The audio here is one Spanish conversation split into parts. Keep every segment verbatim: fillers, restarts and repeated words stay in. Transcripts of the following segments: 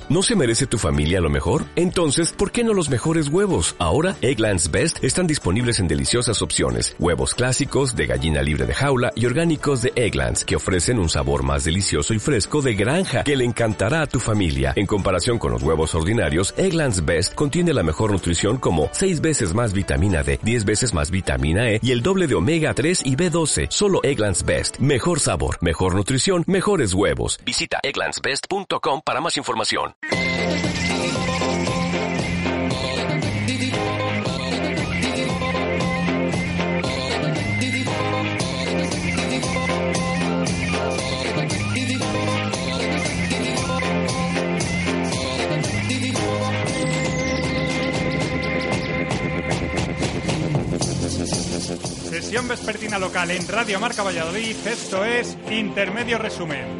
¿No se merece tu familia lo mejor? Entonces, ¿por qué no los mejores huevos? Ahora, Eggland's Best están disponibles en deliciosas opciones. Huevos clásicos, de gallina libre de jaula y orgánicos de Eggland's, que ofrecen un sabor más delicioso y fresco de granja que le encantará a tu familia. En comparación con los huevos ordinarios, Eggland's Best contiene la mejor nutrición como seis veces más vitamina D, diez veces más vitamina E y el doble de omega tres y B doce. Solo Eggland's Best. Mejor sabor, mejor nutrición, mejores huevos. Visita egglands best punto com para más información. Sesión vespertina local en Radio Marca Valladolid. Esto es Intermedio Resumen.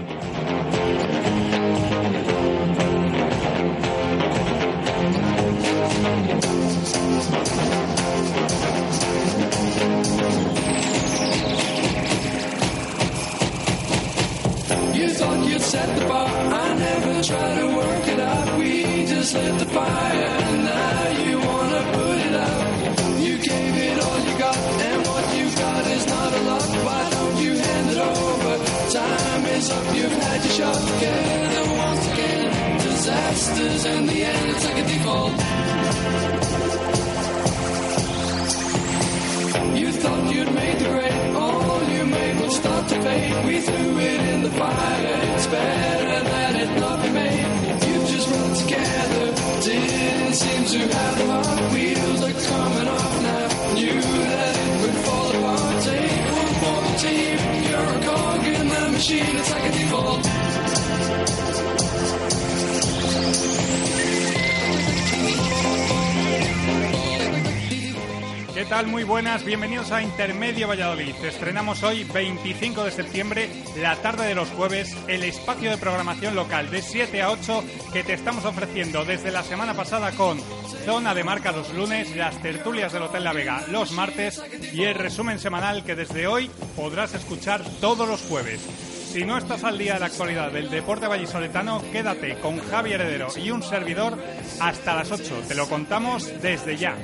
You thought you'd set the bar, I never tried to work it out. We just lit the fire and now you wanna put it out. You gave it all you got and what you got is not a lot. Why don't you hand it over? Time is up, you've had your shot. Together once again, disasters in the end, it's like a default. You thought you'd made the grade, all you made will start to fade. We threw it in the fire, it's better that it not be made. You just run together, didn't seem to have the heart. Wheels are coming off now, knew that it would fall apart. Take one for the team, you're a cog in the machine, it's like a default. ¿Qué tal? Muy buenas, bienvenidos a Intermedio Valladolid. Estrenamos hoy, veinticinco de septiembre, la tarde de los jueves, el espacio de programación local de siete a ocho que te estamos ofreciendo desde la semana pasada con Zona de Marca los lunes, las tertulias del Hotel La Vega los martes y el resumen semanal que desde hoy podrás escuchar todos los jueves. Si no estás al día de la actualidad del deporte vallisoletano, quédate con Javi Heredero y un servidor hasta las ocho. Te lo contamos desde ya.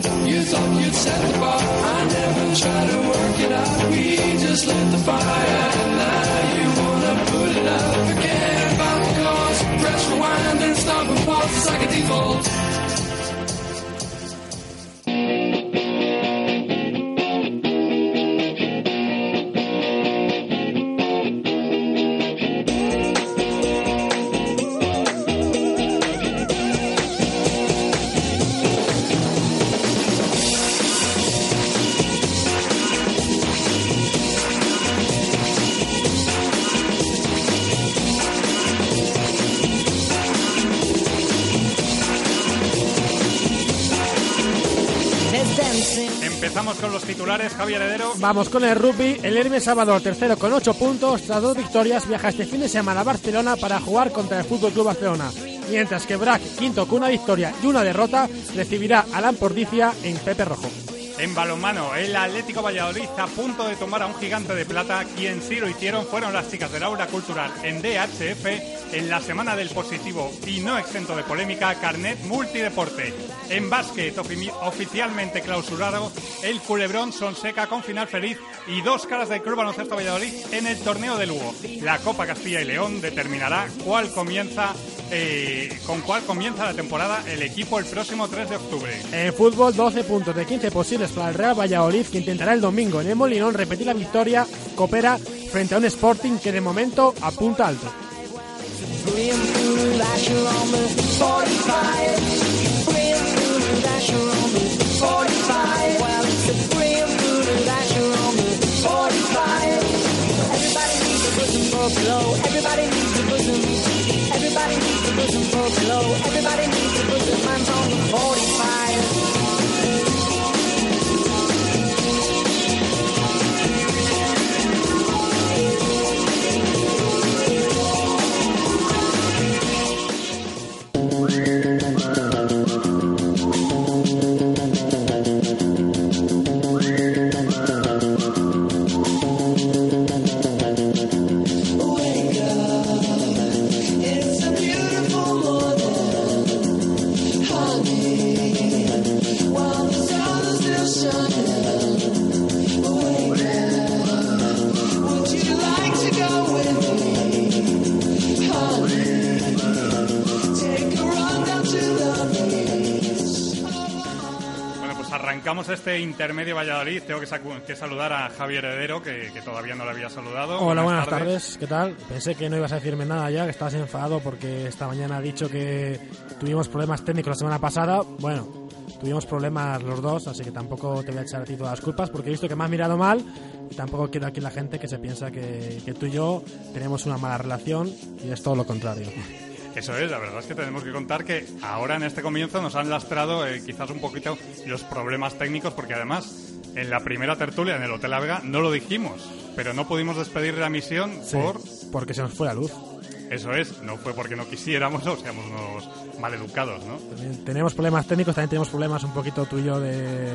Empezamos con los titulares, Javier Heredero. Vamos con el rugby. El Hermes Salvador, tercero con ocho puntos. Tras dos victorias, viaja este fin de semana a Barcelona para jugar contra el F C Barcelona. Mientras que Brac, quinto con una victoria y una derrota, recibirá a Lampordicia en Pepe Rojo. En balonmano, el Atlético Valladolid a punto de tomar a un gigante de plata. Quien sí lo hicieron fueron las chicas del Aula Cultural en D H F en la semana del positivo y no exento de polémica carnet multideporte. En básquet, ofi- oficialmente clausurado, el Culebrón Sonseca con final feliz y dos caras del Club Baloncesto Valladolid en el torneo de Lugo. La Copa Castilla y León determinará cuál comienza eh, con cuál comienza la temporada el equipo el próximo tres de octubre. En fútbol, doce puntos de quince posibles para el Real Valladolid, que intentará el domingo en el Molinón repetir la victoria coopera frente a un Sporting que de momento apunta alto. Wake up, it's a beautiful morning. arrancamos este intermedio Valladolid. Tengo que, sacu- que saludar a Javier Heredero, que, que todavía no le había saludado. Hola, buenas, buenas tardes. tardes. ¿Qué tal? Pensé que no ibas a decirme nada ya, que estabas enfadado porque esta mañana ha dicho que tuvimos problemas técnicos la semana pasada. Bueno, tuvimos problemas los dos, así que tampoco te voy a echar a ti todas las culpas, porque he visto que me has mirado mal y tampoco quiero aquí la gente que se piensa que, que tú y yo tenemos una mala relación, y es todo lo contrario. Eso es, la verdad es que tenemos que contar que ahora en este comienzo nos han lastrado eh, quizás un poquito los problemas técnicos, porque además en la primera tertulia en el Hotel La Vega no lo dijimos, pero no pudimos despedir la misión sí, por... porque se nos fue la luz. Eso es, no fue porque no quisiéramos o seamos unos maleducados, ¿no? También tenemos problemas técnicos, también tenemos problemas un poquito tú y yo de,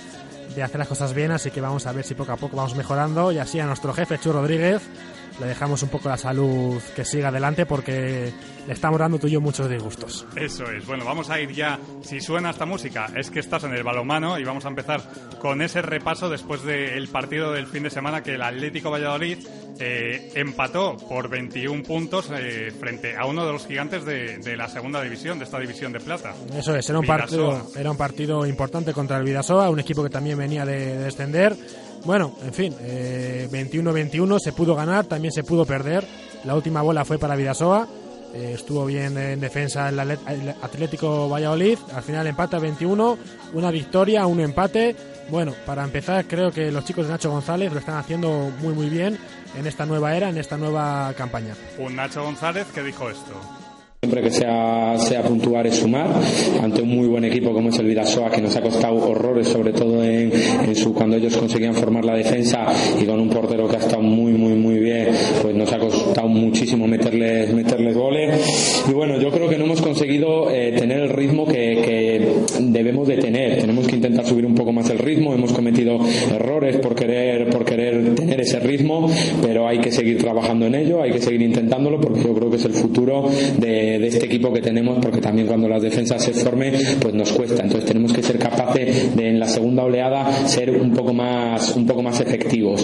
de hacer las cosas bien, así que vamos a ver si poco a poco vamos mejorando, y así a nuestro jefe, Chu Rodríguez, le dejamos un poco la salud que siga adelante, porque le estamos dando tú y yo muchos disgustos. Eso es. Bueno, vamos a ir ya. Si suena esta música, es que estás en el balonmano, y vamos a empezar con ese repaso después del partido del fin de semana, que el Atlético Valladolid eh, empató por veintiún puntos eh, frente a uno de los gigantes de, de la segunda división, de esta división de plata. Eso es, era un, partido, era un partido importante contra el Vidasoa, un equipo que también venía de, de descender. Bueno, en fin, eh, veintiuno veintiuno, se pudo ganar, también se pudo perder. La última bola fue para Vidasoa, eh, estuvo bien en defensa el Atlético Valladolid. Al final empate a veintiuno, una victoria, un empate. Bueno, para empezar, creo que los chicos de Nacho González lo están haciendo muy muy bien en esta nueva era, en esta nueva campaña. Un Nacho González que dijo esto: siempre que sea, sea puntuar es sumar ante un muy buen equipo como es el Vidasoa, que nos ha costado horrores, sobre todo en, en su cuando ellos conseguían formar la defensa, y con un portero que ha estado muy muy muy bien, pues nos ha costado muchísimo meterles meterles goles. Y bueno, yo creo que no hemos conseguido eh, tener el ritmo que, que debemos de tener. Tenemos que intentar subir un poco más el ritmo. Hemos cometido errores por querer por querer tener ese ritmo, pero hay que seguir trabajando en ello, hay que seguir intentándolo, porque yo creo que es el futuro de de este equipo que tenemos, porque también cuando las defensas se formen pues nos cuesta. Entonces tenemos que ser capaces de en la segunda oleada ser un poco más un poco más efectivos.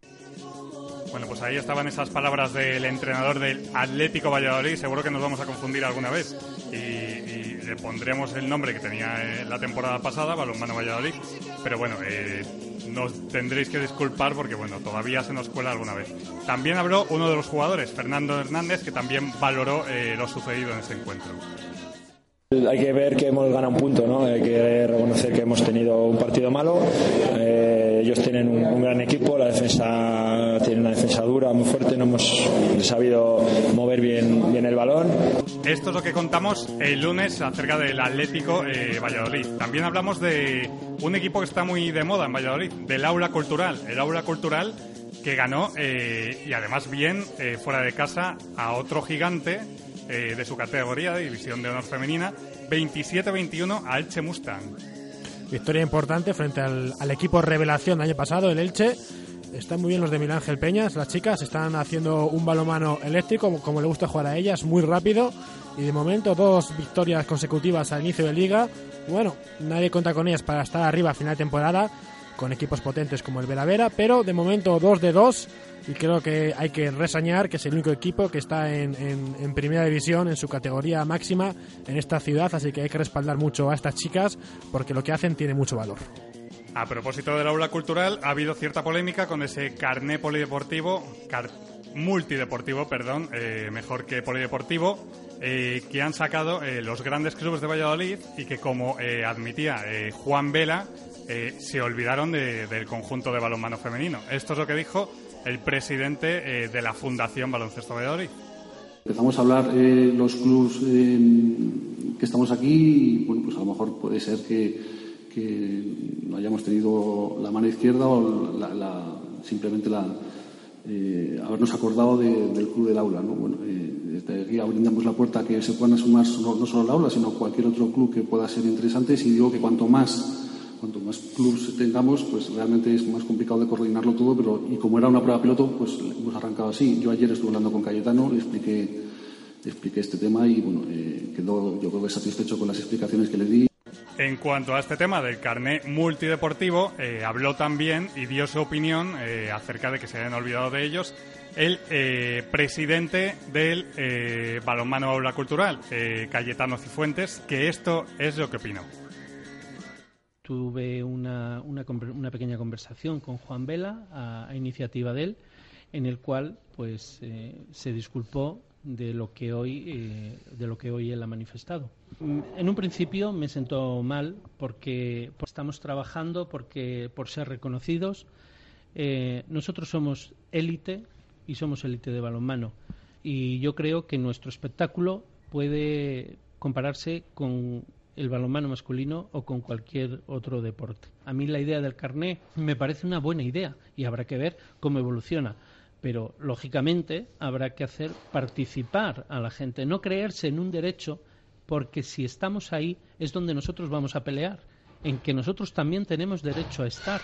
Bueno, pues ahí estaban esas palabras del entrenador del Atlético Valladolid. Seguro que nos vamos a confundir alguna vez y, y le pondremos el nombre que tenía la temporada pasada, Balonmano Valladolid, pero bueno, eh, nos tendréis que disculpar porque bueno, todavía se nos cuela alguna vez. También habló uno de los jugadores, Fernando Hernández, que también valoró eh, lo sucedido en ese encuentro. Hay que ver que hemos ganado un punto, ¿no? Hay que reconocer que hemos tenido un partido malo. Eh, ellos tienen un, un gran equipo, la defensa tiene una defensa dura, muy fuerte, no hemos sabido mover bien, bien el balón. Esto es lo que contamos el lunes acerca del Atlético eh, Valladolid. También hablamos de un equipo que está muy de moda en Valladolid, del Aula Cultural. El Aula Cultural que ganó, eh, y además bien, eh, fuera de casa, a otro gigante Eh, de su categoría, de División de Honor Femenina, veintisiete veintiuno a Elche Mustang. Victoria importante frente al, al equipo revelación del año pasado, el Elche. Están muy bien los de Miguel Ángel Peñas, las chicas están haciendo un balonmano eléctrico, como, como le gusta jugar a ellas, muy rápido, y de momento dos victorias consecutivas al inicio de liga. Bueno, nadie cuenta con ellas para estar arriba a final de temporada, con equipos potentes como el Vera Vera, pero de momento dos de dos, y creo que hay que reseñar que es el único equipo que está en, en, en primera división, en su categoría máxima en esta ciudad, así que hay que respaldar mucho a estas chicas porque lo que hacen tiene mucho valor. A propósito del Aula Cultural, ha habido cierta polémica con ese carné polideportivo, car, multideportivo, perdón, eh, mejor que polideportivo, eh, que han sacado eh, los grandes clubes de Valladolid, y que, como eh, admitía eh, Juan Vela, eh, se olvidaron de, del conjunto de balonmano femenino. Esto es lo que dijo el presidente eh, de la Fundación Baloncesto Valladolid. Empezamos a hablar eh, los clubes eh, que estamos aquí, y bueno, pues a lo mejor puede ser que, que no hayamos tenido la mano izquierda o la, la, simplemente la, eh, habernos acordado de, del club del aula, ¿no? Bueno, eh, desde aquí abrindamos la puerta a que se puedan sumar no, no solo el aula, sino cualquier otro club que pueda ser interesante. Y digo que cuanto más Cuanto más clubes tengamos, pues realmente es más complicado de coordinarlo todo, pero y como era una prueba piloto, pues hemos arrancado así. Yo ayer estuve hablando con Cayetano, le expliqué, le expliqué este tema y bueno, eh, quedó yo creo que satisfecho con las explicaciones que le di. En cuanto a este tema del carné multideportivo, eh, habló también y dio su opinión eh, acerca de que se hayan olvidado de ellos el eh, presidente del eh, balonmano Aula Cultural, eh, Cayetano Cifuentes, que esto es lo que opinó. tuve una, una, una pequeña conversación con Juan Vela a, a iniciativa de él, en el cual pues eh, se disculpó de lo que hoy eh, de lo que hoy él ha manifestado. En un principio me sentó mal porque, porque estamos trabajando porque por ser reconocidos. Eh, nosotros somos élite y somos élite de balonmano, y yo creo que nuestro espectáculo puede compararse con el balonmano masculino o con cualquier otro deporte. A mí la idea del carné me parece una buena idea y habrá que ver cómo evoluciona. Pero, lógicamente, habrá que hacer participar a la gente, no creerse en un derecho, porque si estamos ahí es donde nosotros vamos a pelear, en que nosotros también tenemos derecho a estar.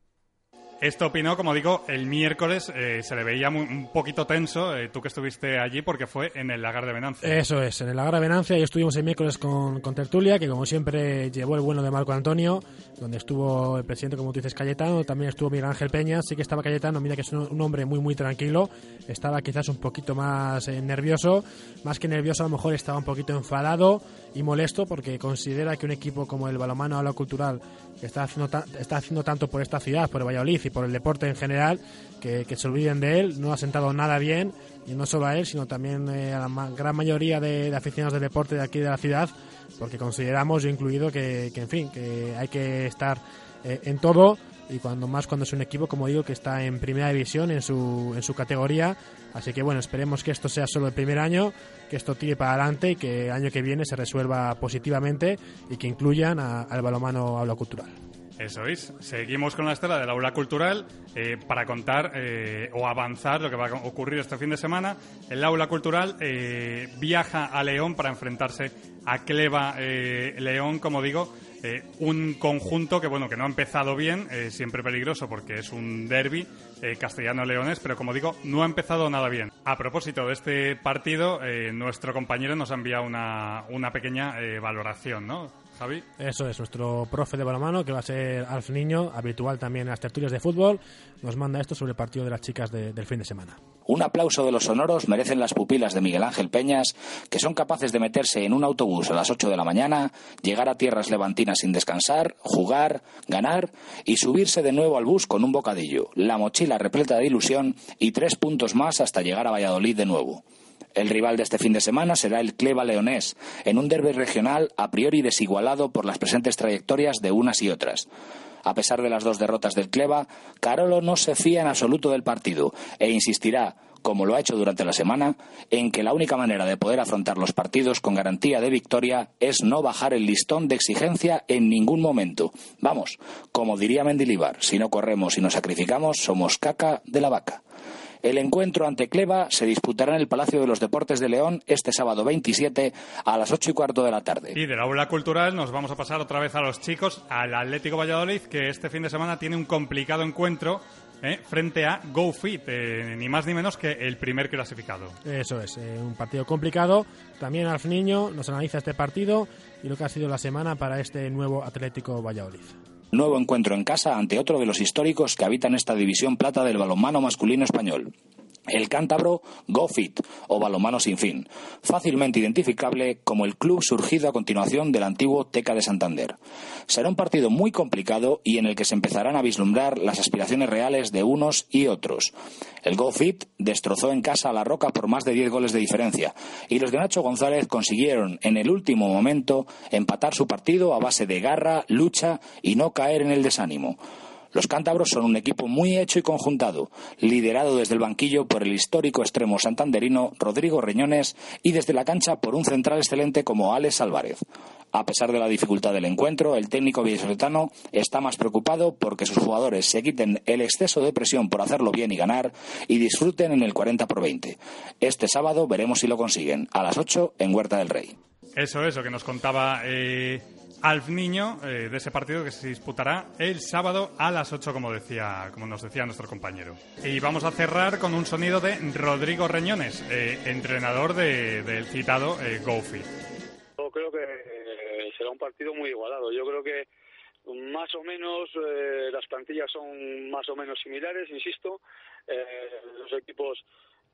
Esto opinó, como digo, el miércoles. Eh, se le veía muy, un poquito tenso, eh, tú que estuviste allí, porque fue en el Lagar de Venancia. Eso es, en el Lagar de Venancia, y estuvimos el miércoles con, con Tertulia, que como siempre llevó el bueno de Marco Antonio, donde estuvo el presidente, como tú dices, Cayetano, también estuvo Miguel Ángel Peña. Sí que estaba Cayetano, mira que es un, un hombre muy muy tranquilo, estaba quizás un poquito más eh, nervioso, más que nervioso a lo mejor estaba un poquito enfadado y molesto, porque considera que un equipo como el Balonmano Aula Cultural, que está haciendo, ta- está haciendo tanto por esta ciudad, por Valladolid y por el deporte en general, que, que se olviden de él, no ha sentado nada bien, y no solo a él, sino también eh, a la ma- gran mayoría de, de aficionados del deporte de aquí de la ciudad, porque consideramos, yo incluido, que, que en fin, que hay que estar eh, en todo, y cuando más cuando es un equipo, como digo, que está en primera división en su, en su categoría. Así que bueno, esperemos que esto sea solo el primer año, que esto tire para adelante y que el año que viene se resuelva positivamente y que incluyan a, al balonmano Aula Cultural. Eso es. Seguimos con la estela del Aula Cultural eh, para contar eh, o avanzar lo que va a ocurrir este fin de semana. El Aula Cultural eh, viaja a León para enfrentarse a Cleva eh, León, como digo. Eh, un conjunto que bueno que no ha empezado bien, eh, siempre peligroso porque es un derbi eh, castellano-leonés, pero como digo, no ha empezado nada bien. A propósito de este partido, eh, nuestro compañero nos ha enviado una, una pequeña eh, valoración, ¿no, Javi? Eso es, nuestro profe de balonmano, que va a ser Alf Niño, habitual también en las tertulias de fútbol, nos manda esto sobre el partido de las chicas de, del fin de semana. Un aplauso de los sonoros merecen las pupilas de Miguel Ángel Peñas, que son capaces de meterse en un autobús a las ocho de la mañana, llegar a tierras levantinas sin descansar, jugar, ganar y subirse de nuevo al bus con un bocadillo, la mochila repleta de ilusión y tres puntos más hasta llegar a Valladolid de nuevo. El rival de este fin de semana será el Cleva Leonés, en un derbi regional a priori desigualado por las presentes trayectorias de unas y otras. A pesar de las dos derrotas del Cleva, Carolo no se fía en absoluto del partido e insistirá, como lo ha hecho durante la semana, en que la única manera de poder afrontar los partidos con garantía de victoria es no bajar el listón de exigencia en ningún momento. Vamos, como diría Mendilibar, si no corremos y nos sacrificamos, somos caca de la vaca. El encuentro ante Cleva se disputará en el Palacio de los Deportes de León este sábado veintisiete a las ocho y cuarto de la tarde. Y del Aula Cultural nos vamos a pasar otra vez a los chicos, al Atlético Valladolid, que este fin de semana tiene un complicado encuentro eh, frente a GoFit, eh, ni más ni menos que el primer clasificado. Eso es, eh, un partido complicado. También Alf Niño nos analiza este partido y lo que ha sido la semana para este nuevo Atlético Valladolid. Nuevo encuentro en casa ante otro de los históricos que habitan esta división plata del balonmano masculino español. El cántabro GoFit, o Balonmano Sin Fin, fácilmente identificable como el club surgido a continuación del antiguo Teca de Santander. Será un partido muy complicado y en el que se empezarán a vislumbrar las aspiraciones reales de unos y otros. El GoFit destrozó en casa a La Roca por más de diez goles de diferencia y los de Nacho González consiguieron en el último momento empatar su partido a base de garra, lucha y no caer en el desánimo. Los cántabros son un equipo muy hecho y conjuntado, liderado desde el banquillo por el histórico extremo santanderino Rodrigo Reñones y desde la cancha por un central excelente como Alex Álvarez. A pesar de la dificultad del encuentro, el técnico vallisoletano está más preocupado porque sus jugadores se quiten el exceso de presión por hacerlo bien y ganar y disfruten en el cuarenta por veinte. Este sábado veremos si lo consiguen, a las ocho en Huerta del Rey. Eso es lo que nos contaba eh, Alf Niño eh, de ese partido que se disputará el sábado a las ocho, como decía, como nos decía nuestro compañero. Y vamos a cerrar con un sonido de Rodrigo Reñones, eh, entrenador de, del citado eh, GoFit. Yo creo que eh, será un partido muy igualado. Yo creo que más o menos eh, las plantillas son más o menos similares, insisto. Eh, los equipos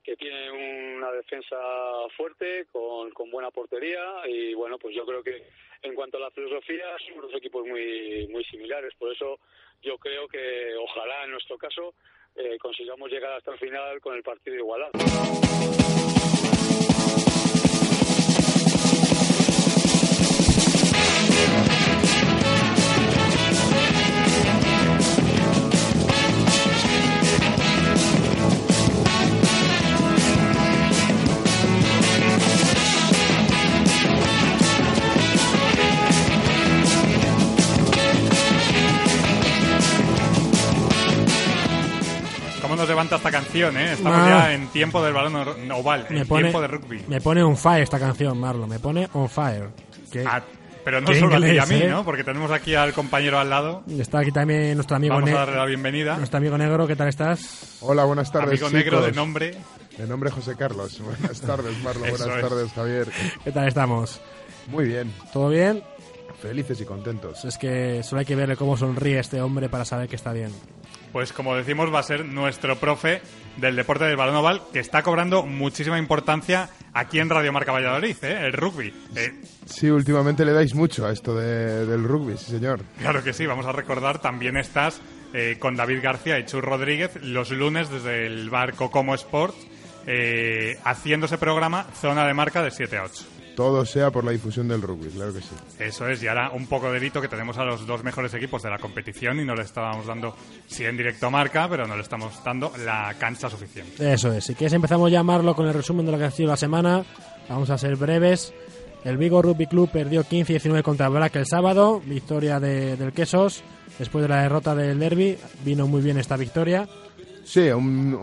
que tiene una defensa fuerte, con, con buena portería, y bueno, pues yo creo que en cuanto a la filosofía son dos equipos muy, muy similares. Por eso yo creo que ojalá en nuestro caso eh, consigamos llegar hasta el final con el partido igualado. ¿Cómo nos levanta esta canción, eh? Estamos Ah. ya en tiempo del balón oval, en Me pone, tiempo de rugby. me pone on fire esta canción, Marlon. Me pone on fire. Que, Ah, pero no qué solo a ti y a inglés, mí, ¿eh? ¿no? Porque tenemos aquí al compañero al lado. Está aquí también nuestro amigo Vamos a negro. darle la bienvenida. Nuestro amigo negro, ¿qué tal estás? Hola, buenas tardes, Amigo chicos. negro de nombre. De nombre José Carlos. Buenas tardes, Marlon. Eso Buenas es. tardes, Javier. ¿Qué tal estamos? Muy bien. ¿Todo bien? Felices y contentos. Es que solo hay que verle cómo sonríe este hombre para saber que está bien. Pues como decimos, va a ser nuestro profe del deporte del balón oval, que está cobrando muchísima importancia aquí en Radio Marca Valladolid, ¿eh? El rugby. Eh, Sí, últimamente le dais mucho a esto de- del rugby, sí, señor. claro que sí, vamos a recordar, también estás eh, con David García y Chus Rodríguez los lunes desde el bar Cocomo Sports, eh, haciendo ese programa Zona de Marca de siete a ocho. Todo sea por la difusión del rugby, claro que sí. Eso es, y ahora un poco de delito que tenemos a los dos mejores equipos de la competición y no le estábamos dando, sí en directo Marca, pero no le estamos dando la cancha suficiente. Eso es. Si quieres empezamos ya, Marlon, con el resumen de lo que ha sido la semana. Vamos a ser breves. El Vigo Rugby Club perdió quince a diecinueve contra el Brac el sábado. Victoria de, del Quesos. Después de la derrota del derbi, vino muy bien esta victoria. Sí, un,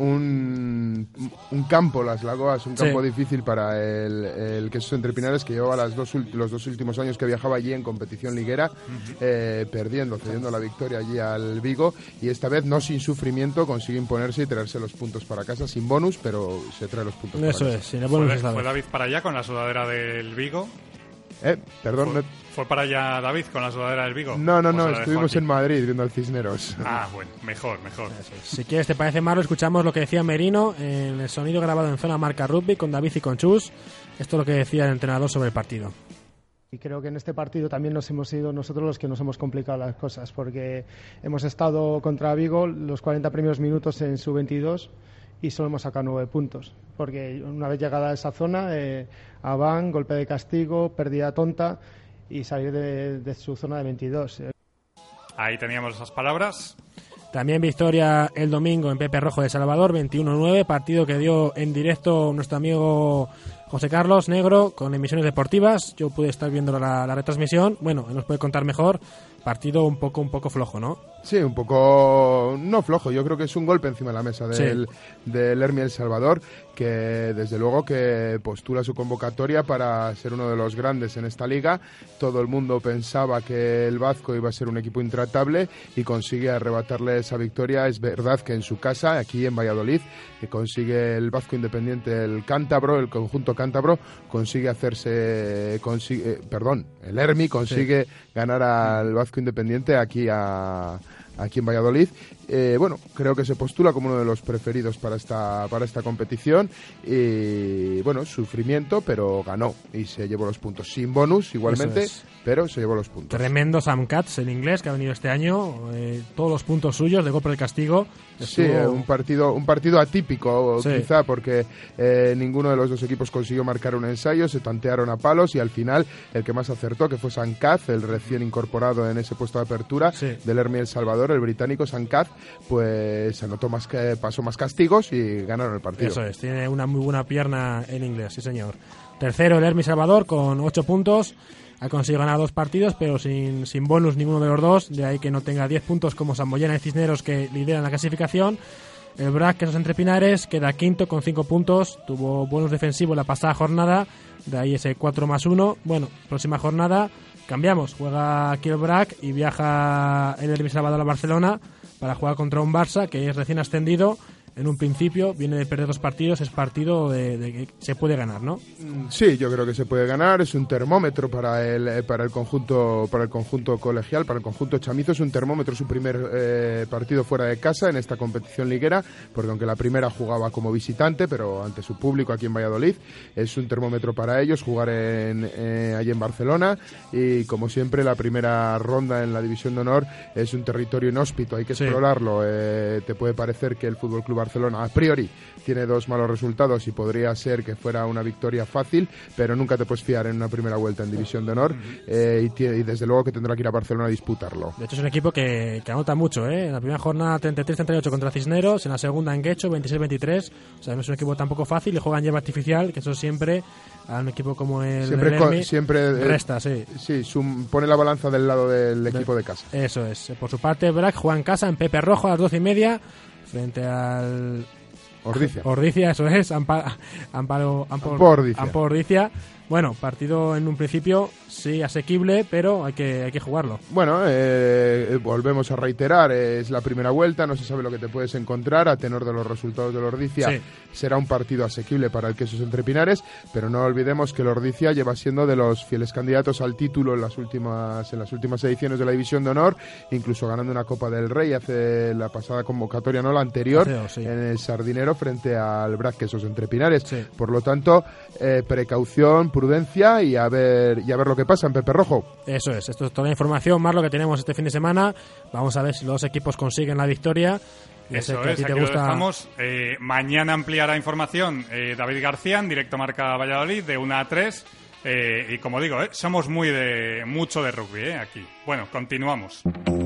un, un campo, Las Lagoas, un campo Sí. difícil para el, el Quesos Entre Pinares, que llevaba las dos, ult- los dos últimos años que viajaba allí en competición liguera, eh, perdiendo, cediendo la victoria allí al Vigo, y esta vez no sin sufrimiento consigue imponerse y traerse los puntos para casa, sin bonus, pero se trae los puntos Eso para es, casa. sin el Fue, bonus esta fue vez. David para allá con la sudadera del Vigo. Eh, perdón, Fue, no- fue para allá David con la sudadera del Vigo. no, no, ¿O no, se la dejó estuvimos aquí? en Madrid viendo al Cisneros. Ah, bueno, mejor, mejor. Si quieres, te parece, Marlon, escuchamos lo que decía Merino en el sonido grabado en Zona Marca Rugby con David y con Chus. Esto es lo que decía el entrenador sobre el partido. Y creo que en este partido también nos hemos sido nosotros los que nos hemos complicado las cosas, porque hemos estado contra Vigo los cuarenta primeros minutos en su veintidós y solo hemos sacado nueve puntos. Porque una vez llegada a esa zona, eh, Abán, golpe de castigo, pérdida tonta y salir de, de su zona de veintidós. Ahí teníamos esas palabras. También victoria el domingo en Pepe Rojo de Salvador, veintiuno a nueve, partido que dio en directo nuestro amigo José Carlos Negro con emisiones deportivas. Yo pude estar viendo la, la retransmisión. Bueno, él nos puede contar mejor. Partido un poco un poco flojo, ¿no? Sí, un poco no flojo, yo creo que es un golpe encima de la mesa del, del Hermi El Salvador, que desde luego que postula su convocatoria para ser uno de los grandes en esta liga. Todo el mundo pensaba que el Vasco iba a ser un equipo intratable y consigue arrebatarle esa victoria. Es verdad que en su casa, aquí en Valladolid, que consigue el Vasco Independiente, el Cántabro, el conjunto Cántabro, consigue hacerse, consigue, eh, perdón, el Hermi consigue sí. ganar al Vasco Independiente aquí a aquí en Valladolid. Eh, bueno, creo que se postula como uno de los preferidos para esta para esta competición y bueno, sufrimiento, pero ganó y se llevó los puntos sin bonus igualmente, es. pero se llevó los puntos. Tremendo Sam Katz, el inglés que ha venido este año, eh, todos los puntos suyos de golpe de castigo. Estuvo... Sí, un partido un partido atípico sí. quizá porque eh, ninguno de los dos equipos consiguió marcar un ensayo, se tantearon a palos y al final el que más acertó, que fue Sam Katz, el recién incorporado en ese puesto de apertura sí. del Hermi El Salvador, el británico Sam Katz, pues anotó más que pasó más castigos y ganaron el partido. Eso es, tiene una muy buena pierna en inglés, sí señor. Tercero el Hermi Salvador con ocho puntos. Ha conseguido ganar dos partidos, pero sin, sin bonus ninguno de los dos. De ahí que no tenga diez puntos como Samboyana y Cisneros, que lideran la clasificación. El Brac, que es Entre Pinares, queda quinto con cinco puntos. Tuvo bonus defensivo en la pasada jornada. De ahí ese cuatro más uno. Bueno, próxima jornada cambiamos. Juega aquí el Brac y viaja el Hermi Salvador a Barcelona para jugar contra un Barça que es recién ascendido. en un principio, viene de perder dos partidos, es partido de, de que se puede ganar, ¿no? Sí, yo creo que se puede ganar, es un termómetro para el para el conjunto para el conjunto colegial, para el conjunto chamizo, es un termómetro su primer eh, partido fuera de casa en esta competición liguera, porque aunque la primera jugaba como visitante, pero ante su público aquí en Valladolid, es un termómetro para ellos jugar en, eh, allí en Barcelona, y como siempre la primera ronda en la División de Honor es un territorio inhóspito, hay que Sí. explorarlo. Eh, te puede parecer que el Fútbol Club Barcelona a priori tiene dos malos resultados y podría ser que fuera una victoria fácil, pero nunca te puedes fiar en una primera vuelta en División de Honor, eh, y, t- y desde luego que tendrá que ir a Barcelona a disputarlo. De hecho, es un equipo que, que anota mucho, ¿eh? En la primera jornada treinta y tres treinta y ocho contra Cisneros, en la segunda en Guecho veintiséis veintitrés. O sea, no es un equipo tampoco fácil y juega en hierba artificial, que eso siempre a un equipo como el Siempre, el co- Hermi siempre eh, resta, sí. Sí, sum- pone la balanza del lado del equipo de casa. Eso es. Por su parte, Brac juega en casa en Pepe Rojo a las doce y media frente al Ordicia. Ordicia, eso es, Ampa- Amparo, Ampor- Ampo Ordicia. Ampo Ordicia. Bueno, partido en un principio sí asequible, pero hay que hay que jugarlo. Bueno, eh, volvemos a reiterar, es la primera vuelta, no se sabe lo que te puedes encontrar, a tenor de los resultados del Ordicia Sí. será un partido asequible para el Quesos Entre Pinares, pero no olvidemos que el Ordicia lleva siendo de los fieles candidatos al título en las últimas en las últimas ediciones de la División de Honor, incluso ganando una Copa del Rey hace la pasada convocatoria, no la anterior, Hace dos, sí. en el Sardinero frente al Brac Quesos Entre Pinares. Sí. Por lo tanto, eh, precaución, prudencia y a ver y a ver lo que pasa en Pepe Rojo. Eso es, esto es toda la información, más lo que tenemos este fin de semana. Vamos a ver si los dos equipos consiguen la victoria. Ya sé Eso que a es, ti te aquí lo gusta. dejamos. Eh, mañana ampliará información eh, David García en directo Marca Valladolid de una a tres. Eh, y como digo, eh, somos muy de mucho de rugby eh, aquí. Bueno, continuamos.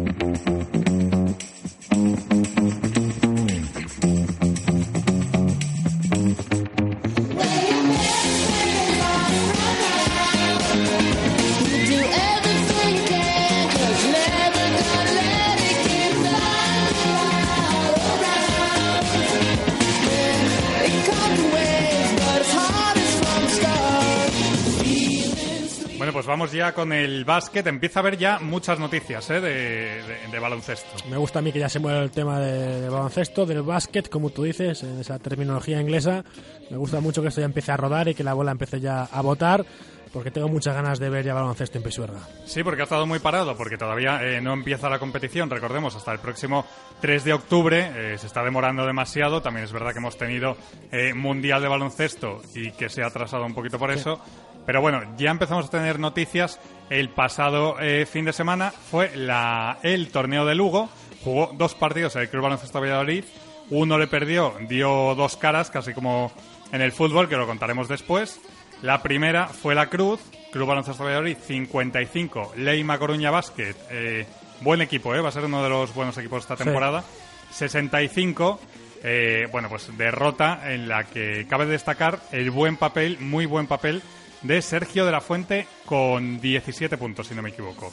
Bueno, pues vamos ya con el básquet. Empieza a haber ya muchas noticias eh, de, de- de baloncesto. Me gusta a mí que ya se mueve el tema de, de baloncesto, del básquet, como tú dices, en esa terminología inglesa. Me gusta mucho que esto ya empiece a rodar y que la bola empiece ya a botar, porque tengo muchas ganas de ver ya baloncesto en Pisuerga. Sí, porque ha estado muy parado, porque todavía eh, no empieza la competición, recordemos, hasta el próximo tres de octubre. Eh, se está demorando demasiado. También es verdad que hemos tenido eh, Mundial de Baloncesto y que se ha atrasado un poquito por eso. Pero bueno, ya empezamos a tener noticias. El pasado eh, fin de semana fue la, el torneo de Lugo. Jugó dos partidos el Club Baloncesto Valladolid. Uno le perdió, dio dos caras, casi como en el fútbol, que lo contaremos después. La primera fue la Cruz, Club Baloncesto Valladolid cincuenta y cinco, Leima Coruña Basket, eh, buen equipo, eh, va a ser uno de los buenos equipos esta Sí. temporada, sesenta y cinco, eh, bueno, pues derrota en la que cabe destacar el buen papel, muy buen papel, de Sergio de la Fuente con diecisiete puntos, si no me equivoco.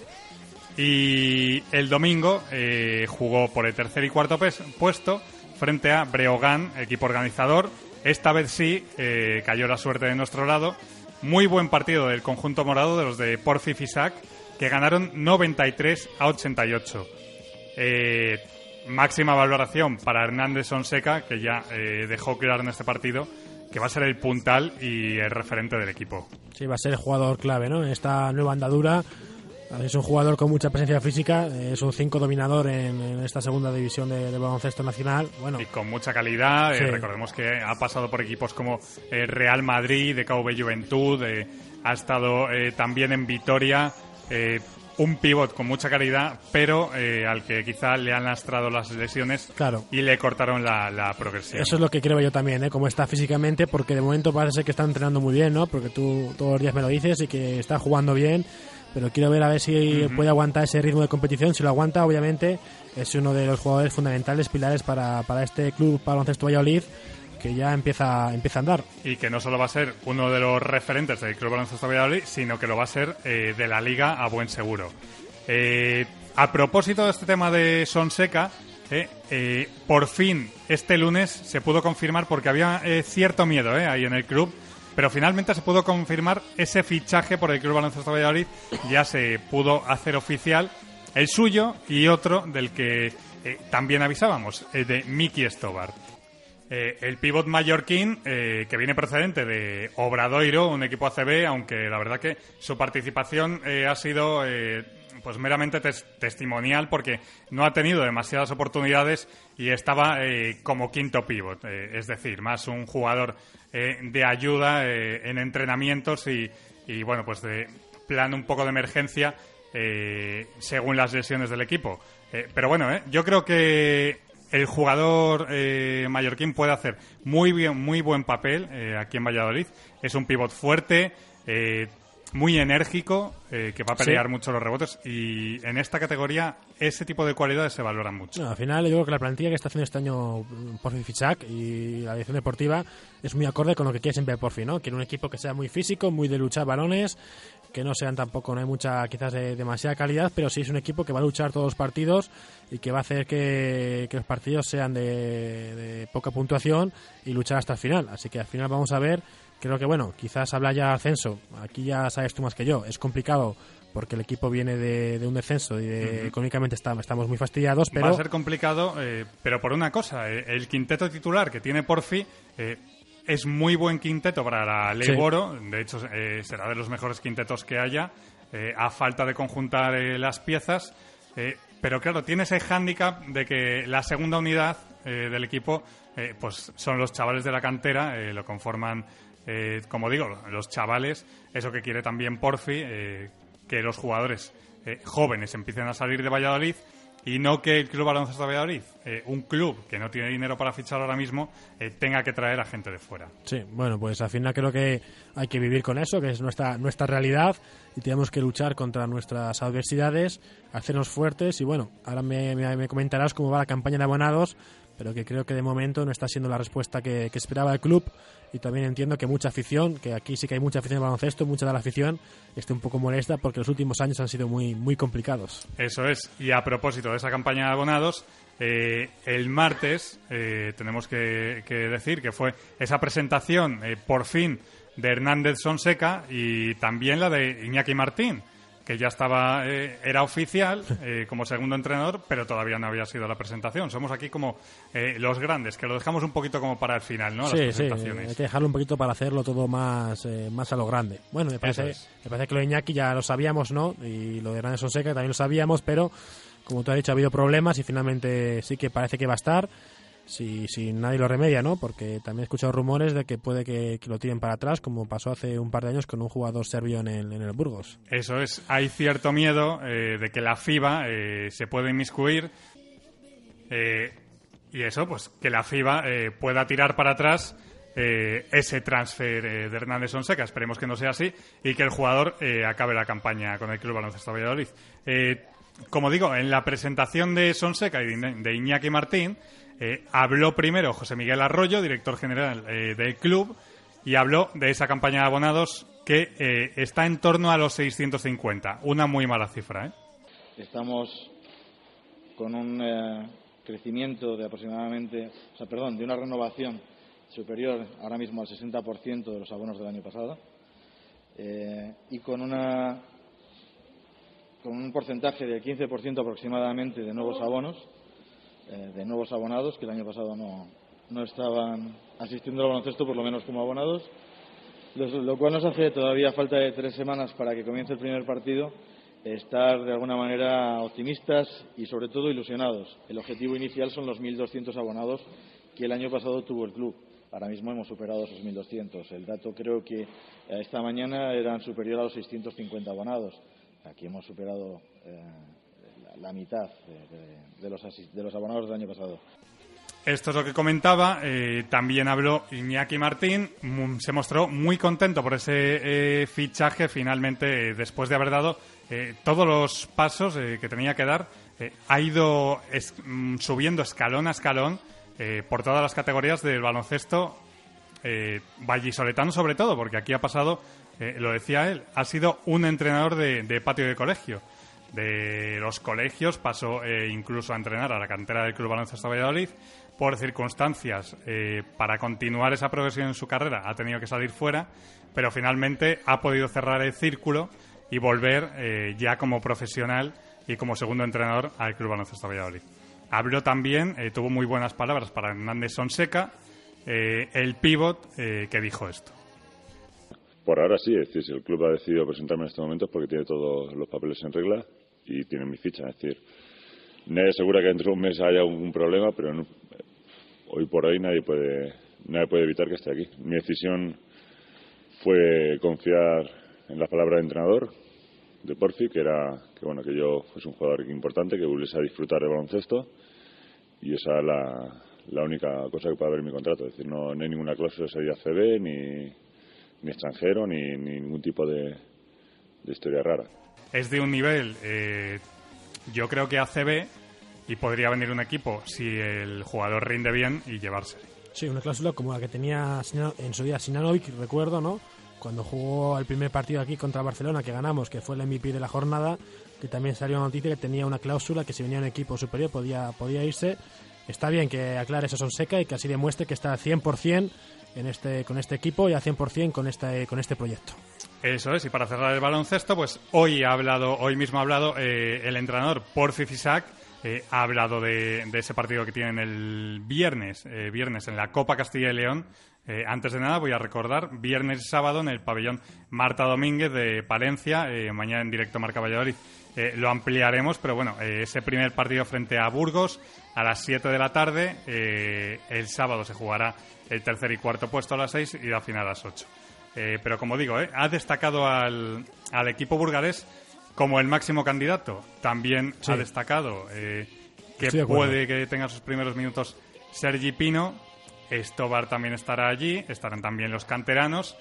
Y el domingo eh, jugó por el tercer y cuarto pes- puesto frente a Breogán, equipo organizador. Esta vez sí, eh, cayó la suerte de nuestro lado. Muy buen partido del conjunto morado, de los de Porfi Fisac, que ganaron noventa y tres a ochenta y ocho. Eh, máxima valoración para Hernández Sonseca, que ya eh, dejó claro en este partido que va a ser el puntal y el referente del equipo. Sí, va a ser el jugador clave, ¿no? En esta nueva andadura. Es un jugador con mucha presencia física, es un cinco dominador en, en esta segunda división de, de baloncesto nacional. Bueno, Y con mucha calidad. Sí. Eh, recordemos que ha pasado por equipos como eh, Real Madrid, D K V Juventud, eh, ha estado eh, también en Vitoria. Eh, un pívot con mucha calidad, pero eh, al que quizá le han lastrado las lesiones Claro. y le cortaron la, la progresión. eso es lo que creo yo también, ¿eh? Cómo está físicamente, porque de momento parece ser que está entrenando muy bien, ¿no? Porque tú todos los días me lo dices y que está jugando bien, pero quiero ver a ver si Ujú. puede aguantar ese ritmo de competición. Si lo aguanta, obviamente, es uno de los jugadores fundamentales, pilares para, para este club Baloncesto Valladolid, que ya empieza, empieza a andar. Y que no solo va a ser uno de los referentes del Club Baloncesto Valladolid, sino que lo va a ser eh, de la Liga a buen seguro. Eh, a propósito de este tema de Sonseca, eh, eh, por fin este lunes se pudo confirmar, porque había eh, cierto miedo eh, ahí en el club, pero finalmente se pudo confirmar ese fichaje por el Club Baloncesto Valladolid. Ya se pudo hacer oficial el suyo y otro del que eh, también avisábamos, el de Miki Stobar. Eh, el pívot mallorquín, eh, que viene procedente de Obradoiro, un equipo A C B, aunque la verdad que su participación eh, ha sido eh, pues meramente tes- testimonial, porque no ha tenido demasiadas oportunidades y estaba eh, como quinto pívot, eh, es decir, más un jugador eh, de ayuda eh, en entrenamientos y, y, bueno, pues de plan un poco de emergencia eh, según las lesiones del equipo. Eh, pero bueno, eh, yo creo que el jugador eh, mallorquín puede hacer muy bien, muy buen papel eh, aquí en Valladolid. Es un pívot fuerte, eh, muy enérgico, eh, que va a pelear sí. mucho los rebotes, y en esta categoría ese tipo de cualidades se valoran mucho. No, al final yo creo que la plantilla que está haciendo este año Porfi Fisac y la dirección deportiva es muy acorde con lo que quiere siempre Porfi, ¿no? Quiere un equipo que sea muy físico, muy de luchar balones, que no sean tampoco, no hay mucha, quizás de, demasiada calidad, pero sí es un equipo que va a luchar todos los partidos y que va a hacer que, que los partidos sean de, de poca puntuación y luchar hasta el final. Así que al final vamos a ver. Creo que, bueno, quizás habla ya ascenso. Aquí ya sabes tú más que yo. Es complicado porque el equipo viene de, de un descenso y de, uh-huh. económicamente está, estamos muy fastidiados. Pero va a ser complicado, eh, pero por una cosa. Eh, el quinteto titular que tiene Porfi eh, es muy buen quinteto para la Ley Boro. Sí. De hecho, eh, será de los mejores quintetos que haya, eh, a falta de conjuntar eh, las piezas. Eh, pero claro, tiene ese hándicap de que la segunda unidad eh, del equipo eh, pues son los chavales de la cantera, eh, lo conforman... Eh, como digo, los chavales, eso que quiere también Porfi, eh, que los jugadores eh, jóvenes empiecen a salir de Valladolid y no que el Club Baloncesto de Valladolid, eh, un club que no tiene dinero para fichar ahora mismo, eh, tenga que traer a gente de fuera. Sí, bueno, pues al final creo que hay que vivir con eso, que es nuestra nuestra realidad, y tenemos que luchar contra nuestras adversidades, hacernos fuertes, y bueno, ahora me, me, me comentarás cómo va la campaña de abonados, pero que creo que de momento no está siendo la respuesta que, que esperaba el club. Y también entiendo que mucha afición, que aquí sí que hay mucha afición de baloncesto, mucha de la afición esté un poco molesta porque los últimos años han sido muy muy complicados. Eso es. Y a propósito de esa campaña de abonados, eh, el martes eh, tenemos que, que decir que fue esa presentación, eh, por fin, de Hernández Sonseca y también la de Iñaki Martín, que ya estaba eh, era oficial eh, como segundo entrenador, pero todavía no había sido la presentación. Somos aquí como eh, los grandes, que lo dejamos un poquito como para el final, ¿no? Sí, las presentaciones. Sí, hay que dejarlo un poquito para hacerlo todo más eh, más a lo grande. Bueno, me parece, es. me parece que lo de Iñaki ya lo sabíamos, ¿no? Y lo de Hernández Sonseca también lo sabíamos, pero como tú has dicho, ha habido problemas y finalmente sí que parece que va a estar. Si, si nadie lo remedia, ¿no? Porque también he escuchado rumores de que puede que, que lo tiren para atrás, como pasó hace un par de años con un jugador serbio en el, en el Burgos. Eso es. Hay cierto miedo eh, de que la FIBA eh, se pueda inmiscuir eh, y eso, pues que la FIBA eh, pueda tirar para atrás eh, ese transfer eh, de Hernández Sonseca. Esperemos que no sea así y que el jugador eh, acabe la campaña con el Club Baloncesto Valladolid. Eh, como digo, en la presentación de Sonseca y de, de Iñaki Martín, Eh, habló primero José Miguel Arroyo, director general eh, del club, y habló de esa campaña de abonados que eh, está en torno a los seiscientos cincuenta, una muy mala cifra, ¿eh? Estamos con un eh, crecimiento de aproximadamente, o sea, perdón, de una renovación superior ahora mismo al sesenta por ciento de los abonos del año pasado, eh, y con una con un porcentaje del quince por ciento aproximadamente de nuevos abonos. de nuevos abonados que el año pasado no, no estaban asistiendo al baloncesto, por lo menos como abonados, lo cual nos hace, todavía falta de tres semanas para que comience el primer partido, estar de alguna manera optimistas y sobre todo ilusionados. El objetivo inicial son los mil doscientos abonados que el año pasado tuvo el club. Ahora mismo hemos superado esos mil doscientos. El dato creo que esta mañana eran superior a los seiscientos cincuenta abonados. Aquí hemos superado eh, la mitad de, de, de, los, de los abonados del año pasado. Esto es lo que comentaba. Eh, también habló Iñaki Martín. Se mostró muy contento por ese eh, fichaje. Finalmente, eh, después de haber dado eh, todos los pasos eh, que tenía que dar, eh, ha ido es, mm, subiendo escalón a escalón eh, por todas las categorías del baloncesto eh, vallisoletano, sobre todo, porque aquí ha pasado, eh, lo decía él, ha sido un entrenador de, de patio de colegio. De los colegios pasó eh, incluso a entrenar a la cantera del Club Baloncesto Valladolid. Por circunstancias, eh, para continuar esa progresión en su carrera ha tenido que salir fuera, pero finalmente ha podido cerrar el círculo y volver eh, ya como profesional y como segundo entrenador al Club Baloncesto Valladolid. Habló también, eh, tuvo muy buenas palabras para Hernández Sonseca, eh, el pívot eh, que dijo esto. Por ahora sí, es decir, si el club ha decidido presentarme en este momento es porque tiene todos los papeles en regla y tiene mi ficha. Es decir, nadie asegura que dentro de un mes haya algún problema, pero no, hoy por hoy nadie puede, nadie puede evitar que esté aquí. Mi decisión fue confiar en la palabra del entrenador de Porfi, que era que bueno que yo fuese un jugador importante, que volviese a disfrutar de baloncesto, y esa es la, la única cosa que puede haber en mi contrato. Es decir, no, no hay ninguna cláusula de salida C B, ni, ni extranjero, ni, ni ningún tipo de, de historia rara. Es de un nivel, eh, yo creo que A C B, y podría venir un equipo si el jugador rinde bien y llevarse. Sí, una cláusula como la que tenía en su día Sinanovic, recuerdo, ¿no? Cuando jugó el primer partido aquí contra Barcelona, que ganamos, que fue el M V P de la jornada, que también salió una noticia que tenía una cláusula que si venía un equipo superior podía, podía irse. Está bien que aclare eso Sonseca y que así demuestre que está al cien por ciento en este, con este equipo y al cien por ciento con este, con este proyecto. Eso es, y para cerrar el baloncesto, pues hoy ha hablado, hoy mismo ha hablado eh, el entrenador Porfi Fisac, eh, ha hablado de, de ese partido que tienen el viernes, eh, viernes en la Copa Castilla y León. Eh, antes de nada voy a recordar, viernes y sábado en el pabellón Marta Domínguez de Palencia, eh, mañana en directo Marca Valladolid. Eh, lo ampliaremos, pero bueno, eh, ese primer partido frente a Burgos a las siete de la tarde, eh, el sábado se jugará el tercer y cuarto puesto a las seis y la final a las ocho. Eh, pero como digo, eh, ha destacado al, al equipo burgalés como el máximo candidato. También sí. ha destacado eh, que puede que tenga sus primeros minutos Sergi Pino. Estobar también estará allí, estarán también los canteranos,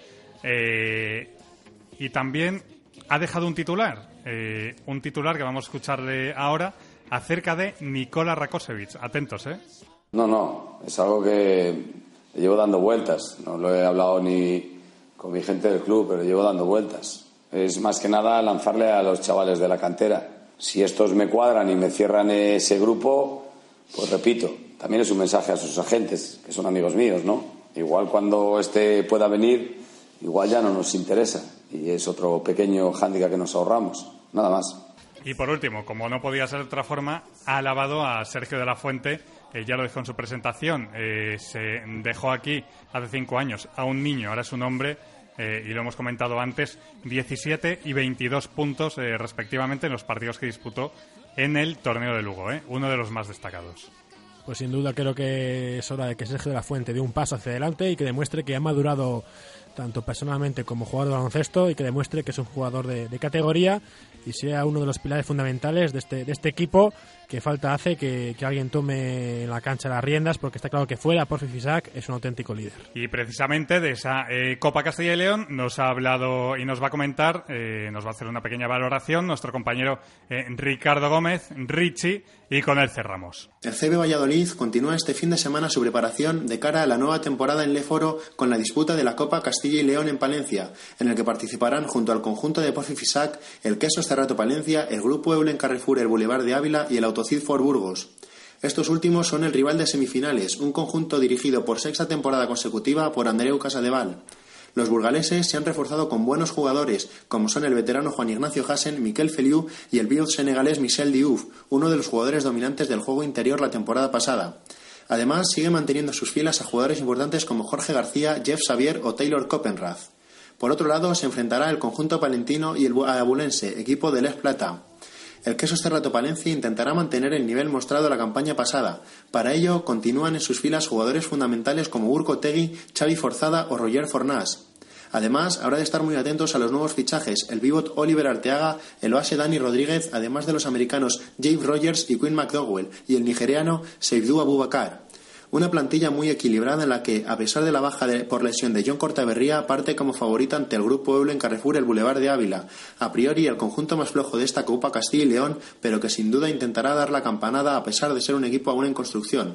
eh, y también ha dejado un titular, eh, un titular que vamos a escucharle ahora acerca de Nikola Rakosevic. Atentos, ¿eh? No, no, es algo que llevo dando vueltas, no lo he hablado ni con mi gente del club, pero llevo dando vueltas. Es más que nada lanzarle a los chavales de la cantera. Si estos me cuadran y me cierran ese grupo, pues repito, también es un mensaje a sus agentes, que son amigos míos, ¿no? Igual cuando este pueda venir, igual ya no nos interesa. Y es otro pequeño hándicap que nos ahorramos. Nada más. Y por último, como no podía ser de otra forma, ha alabado a Sergio de la Fuente. Eh, ya lo dijo en su presentación. Eh, se dejó aquí hace cinco años a un niño, ahora es un hombre. Eh, y lo hemos comentado antes, diecisiete y veintidós puntos eh, respectivamente en los partidos que disputó en el torneo de Lugo. Eh, uno de los más destacados. Pues sin duda creo que es hora de que Sergio de la Fuente dé un paso hacia adelante y que demuestre que ha madurado tanto personalmente como jugador de baloncesto y que demuestre que es un jugador de, de categoría y sea uno de los pilares fundamentales de este, de este equipo, que falta hace que, que alguien tome en la cancha las riendas, porque está claro que fuera Porfi Fisac es un auténtico líder. Y precisamente de esa eh, Copa Castilla y León nos ha hablado y nos va a comentar, eh, nos va a hacer una pequeña valoración nuestro compañero eh, Ricardo Gómez, Richie, y con él cerramos. El C B Valladolid continúa este fin de semana su preparación de cara a la nueva temporada en Leforo con la disputa de la Copa Castilla y León en Palencia, en el que participarán junto al conjunto de Porfi Fisac, el Quesos Cerrato Palencia, el Grupo Eulen Carrefour, el Boulevard de Ávila y el Autocid Ford Burgos. Estos últimos son el rival de semifinales, un conjunto dirigido por sexta temporada consecutiva por Andreu Casadeval. Los burgaleses se han reforzado con buenos jugadores, como son el veterano Juan Ignacio Hassen, Miquel Feliu y el bio senegalés Michel Diouf, uno de los jugadores dominantes del juego interior la temporada pasada. Además, sigue manteniendo sus filas a jugadores importantes como Jorge García, Jeff Xavier o Taylor Copenrath. Por otro lado, se enfrentará el conjunto palentino y el abulense, equipo de Les Plata. El Quesos Cerrato Palencia intentará mantener el nivel mostrado la campaña pasada. Para ello, continúan en sus filas jugadores fundamentales como Urko Tegui, Xavi Forzada o Roger Fornás. Además, habrá de estar muy atentos a los nuevos fichajes, el pívot Oliver Arteaga, el base Dani Rodríguez, además de los americanos James Rogers y Quinn McDowell, y el nigeriano Seydou Abubakar. Una plantilla muy equilibrada en la que, a pesar de la baja de, por lesión de John Cortaberría, parte como favorita ante el Grupo Eulen Carrefour el Boulevard de Ávila. A priori el conjunto más flojo de esta Copa Castilla y León, pero que sin duda intentará dar la campanada a pesar de ser un equipo aún en construcción.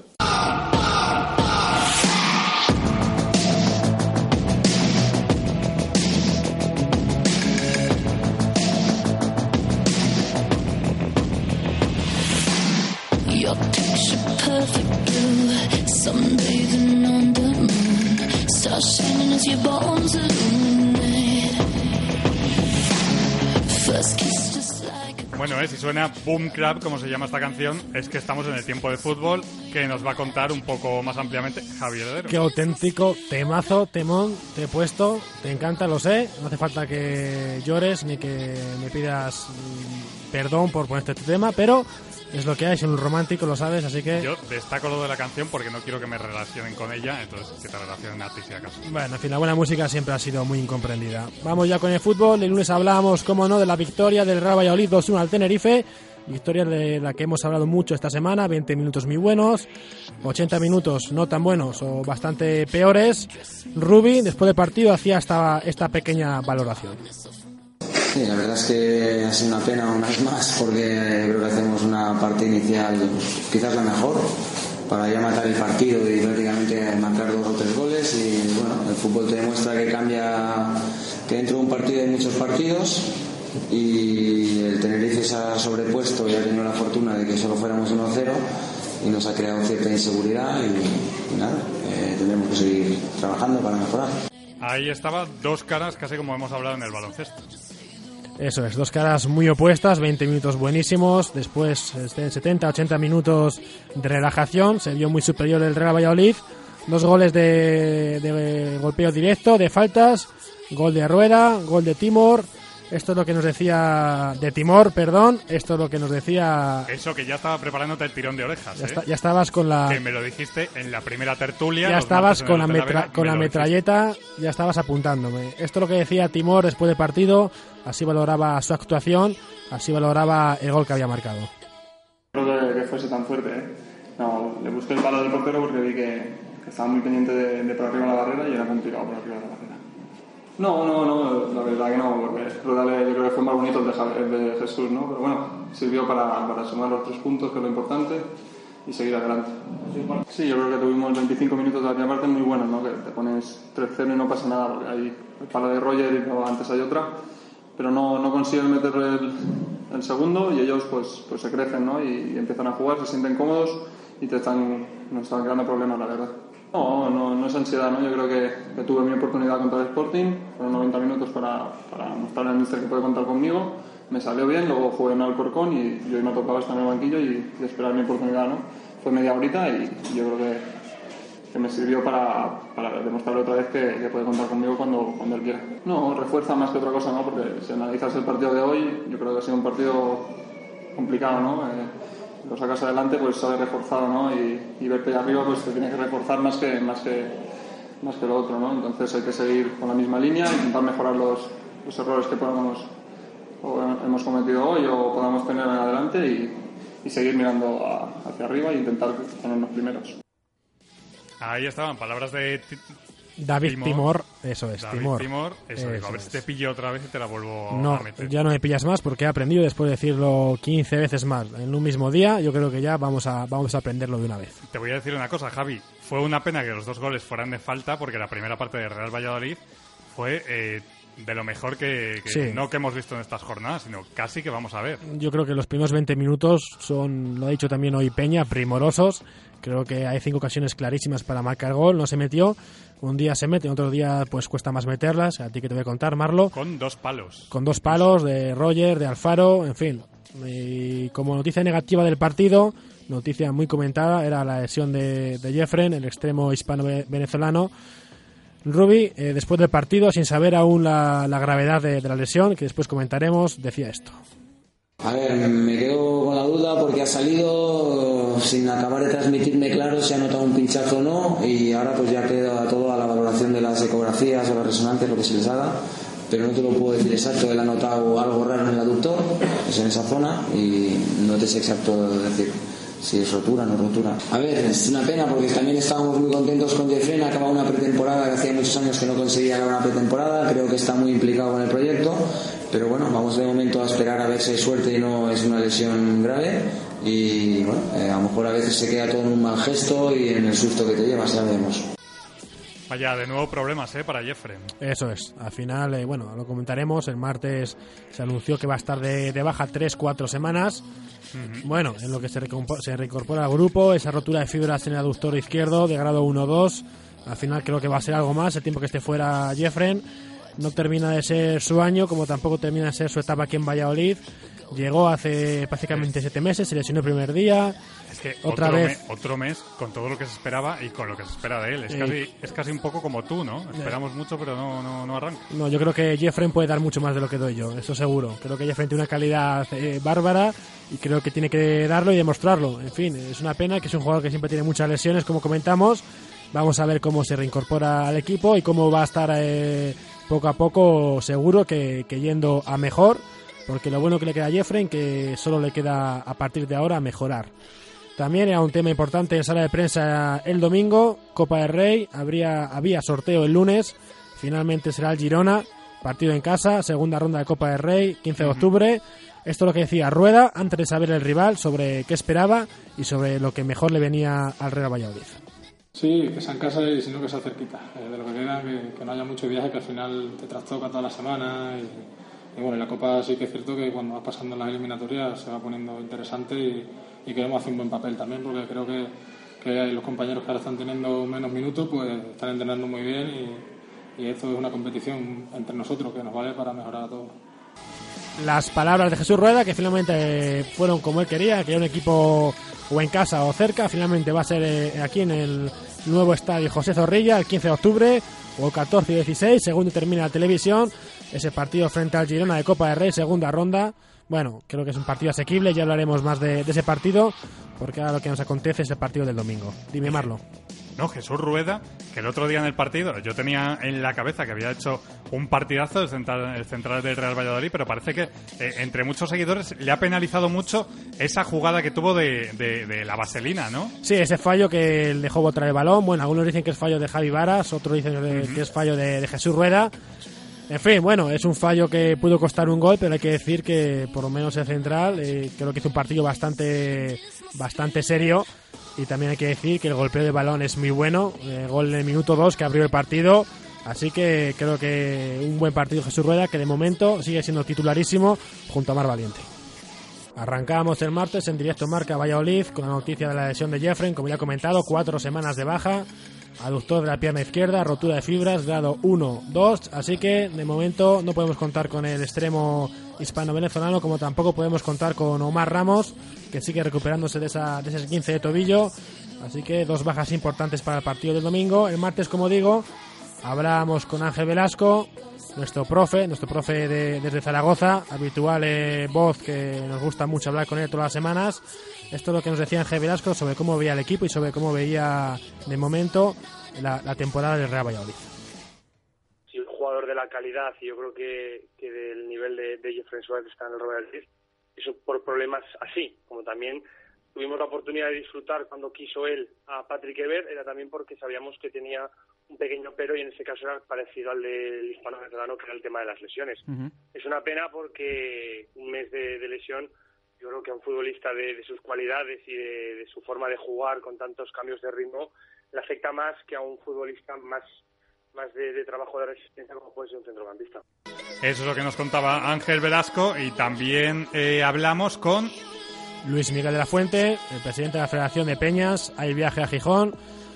Bueno, eh, si suena Boom Clap, como se llama esta canción, es que estamos en el tiempo de fútbol, que nos va a contar un poco más ampliamente Javier Heredero. Qué auténtico temazo, temón, te he puesto, te encanta, lo sé, no hace falta que llores ni que me pidas mmm, perdón por ponerte este tema, pero es lo que hay, soy un romántico, lo sabes, así que... Yo destaco lo de la canción porque no quiero que me relacionen con ella, entonces que te relacionen a ti si acaso. Bueno, en fin, la buena música siempre ha sido muy incomprendida. Vamos ya con el fútbol. El lunes hablábamos, cómo no, de la victoria del Real Valladolid dos uno al Tenerife. Victoria de la que hemos hablado mucho esta semana, veinte minutos muy buenos, ochenta minutos no tan buenos o bastante peores. Rubi, después del partido, hacía esta, esta pequeña valoración. Sí, la verdad es que ha sido una pena una vez más porque creo que hacemos una parte inicial quizás la mejor para ya matar el partido y prácticamente marcar dos o tres goles y bueno, el fútbol te demuestra que cambia, que dentro de un partido hay muchos partidos y el Tenerife se ha sobrepuesto y ha tenido la fortuna de que solo fuéramos uno cero y nos ha creado cierta inseguridad y, y nada, eh, tendremos que seguir trabajando para mejorar. Ahí estaba dos caras casi como hemos hablado en el baloncesto. Eso es, dos caras muy opuestas, veinte minutos buenísimos, después en setenta ochenta minutos de relajación, se vio muy superior el Real Valladolid, dos goles de, de golpeo directo, de faltas, gol de Rueda, gol de Timor. Esto es lo que nos decía de Timor, perdón. Esto es lo que nos decía. Eso que ya estaba preparándote el tirón de orejas. Ya, ¿eh? está, ya estabas con la. Que me lo dijiste en la primera tertulia. Ya estabas con la, Vega, metra... con la metralleta, ya estabas apuntándome. Esto es lo que decía Timor después del partido. Así valoraba su actuación, así valoraba el gol que había marcado. Creo que, que fuese tan fuerte, ¿eh? No, le busqué el palo del portero porque vi que, que estaba muy pendiente de, de por arriba de la barrera y era complicado por arriba de la barrera. No, no, no, la verdad que no, porque Rodale yo creo que fue más bonito el de, el de Jesús, ¿no? Pero bueno, sirvió para, para sumar los tres puntos, que es lo importante, y seguir adelante. Sí, yo creo que tuvimos veinticinco minutos de la primera parte muy buenos, ¿no? Que te pones tres cero y no pasa nada, porque hay el palo de Roger y luego antes hay otra, pero no, no consiguen meter el, el segundo y ellos pues, pues se crecen, ¿no? Y, y empiezan a jugar, se sienten cómodos y te están, nos están creando problemas, la verdad. No, no, no es ansiedad, ¿no? Yo creo que, que tuve mi oportunidad contra el Sporting, fueron noventa minutos para, para mostrarle al míster que puede contar conmigo, me salió bien, luego jugué en Alcorcón y, y hoy me ha tocado estar en el banquillo y, y esperar mi oportunidad, ¿no? Fue media horita y yo creo que, que me sirvió para, para demostrarle otra vez que, que puede contar conmigo cuando, cuando él quiera. No, refuerza más que otra cosa, ¿no? Porque si analizas el partido de hoy, yo creo que ha sido un partido complicado, ¿no? Eh, lo sacas adelante, pues sale reforzado, ¿no? Y, y verte ahí arriba, pues te tiene que reforzar más que, más que, más que lo otro, ¿no? Entonces hay que seguir con la misma línea, intentar mejorar los, los errores que podamos o hemos cometido hoy o podamos tener en adelante y, y seguir mirando a, hacia arriba e intentar ponernos primeros. Ahí estaban palabras de David Timor, Timor eso es, David Timor. Timor eso, eso a ver es. si te pillo otra vez y te la vuelvo no, a meter. Ya no me pillas más porque he aprendido después de decirlo quince veces más en un mismo día. Yo creo que ya vamos a, vamos a aprenderlo de una vez. Te voy a decir una cosa, Javi. Fue una pena que los dos goles fueran de falta porque la primera parte de Real Valladolid fue eh, de lo mejor que, que sí. no que hemos visto en estas jornadas, sino casi que vamos a ver. Yo creo que los primeros veinte minutos son, lo ha dicho también hoy Peña, primorosos. Creo que hay cinco ocasiones clarísimas para marcar gol, no se metió. Un día se mete, otro día pues cuesta más meterlas. A ti que te voy a contar, Marlo. Con dos palos. Con dos palos de Roger, de Alfaro, en fin. Y como noticia negativa del partido, noticia muy comentada, era la lesión de, de Jeffren, el extremo hispano-venezolano. Rubi, eh, después del partido, sin saber aún la, la gravedad de, de la lesión, que después comentaremos, decía esto. A ver, me quedo con la duda porque ha salido sin acabar de transmitirme claro si ha notado un pinchazo o no y ahora pues ya queda todo a la valoración de las ecografías o las resonancias, lo que se les haga, pero no te lo puedo decir exacto. Él ha notado algo raro en el aductor, es en esa zona y no te sé exacto decir si es rotura o no rotura. A ver, es una pena porque también estábamos muy contentos con Jeffren, ha acabado una pretemporada que hacía muchos años que no conseguía acabar una pretemporada, creo que está muy implicado con el proyecto, pero bueno, vamos de momento a esperar a ver si hay suerte y no es una lesión grave y bueno, eh, a lo mejor a veces se queda todo en un mal gesto y en el susto que te llevas, ya veremos. Vaya, de nuevo problemas, ¿eh? Para Jeffren. Eso es. Al final, eh, bueno, lo comentaremos. El martes se anunció que va a estar de, de baja tres cuatro semanas. Uh-huh. Bueno, en lo que se, recompo- se reincorpora al grupo, esa rotura de fibras en el aductor izquierdo de grado uno dos. Al final creo que va a ser algo más. El tiempo que esté fuera Jeffren no termina de ser su año, como tampoco termina de ser su etapa aquí en Valladolid. Llegó hace prácticamente siete meses, se lesionó el primer día. Es que otra otro, vez me, otro mes con todo lo que se esperaba y con lo que se espera de él. Es, eh, casi, es casi un poco como tú, ¿no? Esperamos eh, mucho, pero no, no, no arranca. No, yo creo que Jeffrey puede dar mucho más de lo que doy yo, eso seguro. Creo que Jeffrey tiene una calidad eh, bárbara y creo que tiene que darlo y demostrarlo. En fin, es una pena que es un jugador que siempre tiene muchas lesiones, como comentamos. Vamos a ver cómo se reincorpora al equipo y cómo va a estar eh, poco a poco, seguro que, que yendo a mejor, porque lo bueno que le queda a Jeffrey, que solo le queda a partir de ahora mejorar. También era un tema importante en sala de prensa el domingo, Copa del Rey, habría, había sorteo el lunes, finalmente será el Girona, partido en casa, segunda ronda de Copa del Rey, quince de octubre. Esto es lo que decía Rueda antes de saber el rival, sobre qué esperaba y sobre lo que mejor le venía al Real Valladolid. Sí, que sea en casa y si no que sea cerquita, eh, de lo que queda, que, que no haya mucho viaje, que al final te trastoca toda la semana y, y bueno, en la Copa sí que es cierto que cuando vas pasando en las eliminatorias se va poniendo interesante y, y queremos hacer un buen papel también, porque creo que, que los compañeros que ahora están teniendo menos minutos pues están entrenando muy bien y, y esto es una competición entre nosotros que nos vale para mejorar a todos. Las palabras de Jesús Rueda, que finalmente fueron como él quería, que era un equipo o en casa o cerca, finalmente va a ser eh, aquí en el nuevo estadio José Zorrilla el quince de octubre o catorce y dieciséis, según termina la televisión, ese partido frente al Girona de Copa del Rey, segunda ronda. Bueno, creo que es un partido asequible, ya hablaremos más de, de ese partido, porque ahora lo que nos acontece es el partido del domingo. Dime, Marlo. No, Jesús Rueda, que el otro día en el partido yo tenía en la cabeza que había hecho un partidazo el central, el central del Real Valladolid, pero parece que eh, entre muchos seguidores le ha penalizado mucho esa jugada que tuvo de, de, de la vaselina, ¿no? Sí, ese fallo que dejó botar el balón. Bueno, algunos dicen que es fallo de Javi Varas, otros dicen uh-huh. que es fallo de, de Jesús Rueda. En fin, bueno, es un fallo que pudo costar un gol, pero hay que decir que por lo menos el central eh, creo que hizo un partido bastante bastante serio. Y también hay que decir que el golpeo de balón es muy bueno, eh, gol en el minuto dos que abrió el partido, así que creo que un buen partido Jesús Rueda, que de momento sigue siendo titularísimo junto a Mar Valiente. Arrancamos el martes en directo Marca Valladolid con la noticia de la lesión de Jeffrey, como ya he comentado, cuatro semanas de baja, aductor de la pierna izquierda, rotura de fibras, grado uno dos, así que de momento no podemos contar con el extremo hispano-venezolano, como tampoco podemos contar con Omar Ramos, que sigue recuperándose de, esa, de ese quince de tobillo, así que dos bajas importantes para el partido del domingo. El martes, como digo, hablamos con Ángel Velasco, nuestro profe, nuestro profe de, desde Zaragoza, habitual eh, voz que nos gusta mucho hablar con él todas las semanas. Esto es lo que nos decía Ángel Velasco sobre cómo veía el equipo y sobre cómo veía de momento la, la temporada del Real Valladolid. Sí, un jugador de la calidad, y yo creo que, que del nivel de, de Jeffrey Suárez está en el Real Valladolid, eso por problemas así, como también tuvimos la oportunidad de disfrutar cuando quiso él a Patrick Ebert, era también porque sabíamos que tenía un pequeño pero, y en ese caso era parecido al del hispano-venezolano, que era el tema de las lesiones. Uh-huh. Es una pena porque un mes de, de lesión, yo creo que a un futbolista de, de sus cualidades y de, de su forma de jugar con tantos cambios de ritmo le afecta más que a un futbolista más, más de, de trabajo de resistencia como puede ser un centrocampista. Eso es lo que nos contaba Ángel Velasco, y también eh, hablamos con Luis Miguel de la Fuente, el presidente de la Federación de Peñas. Hay viaje a Gijón.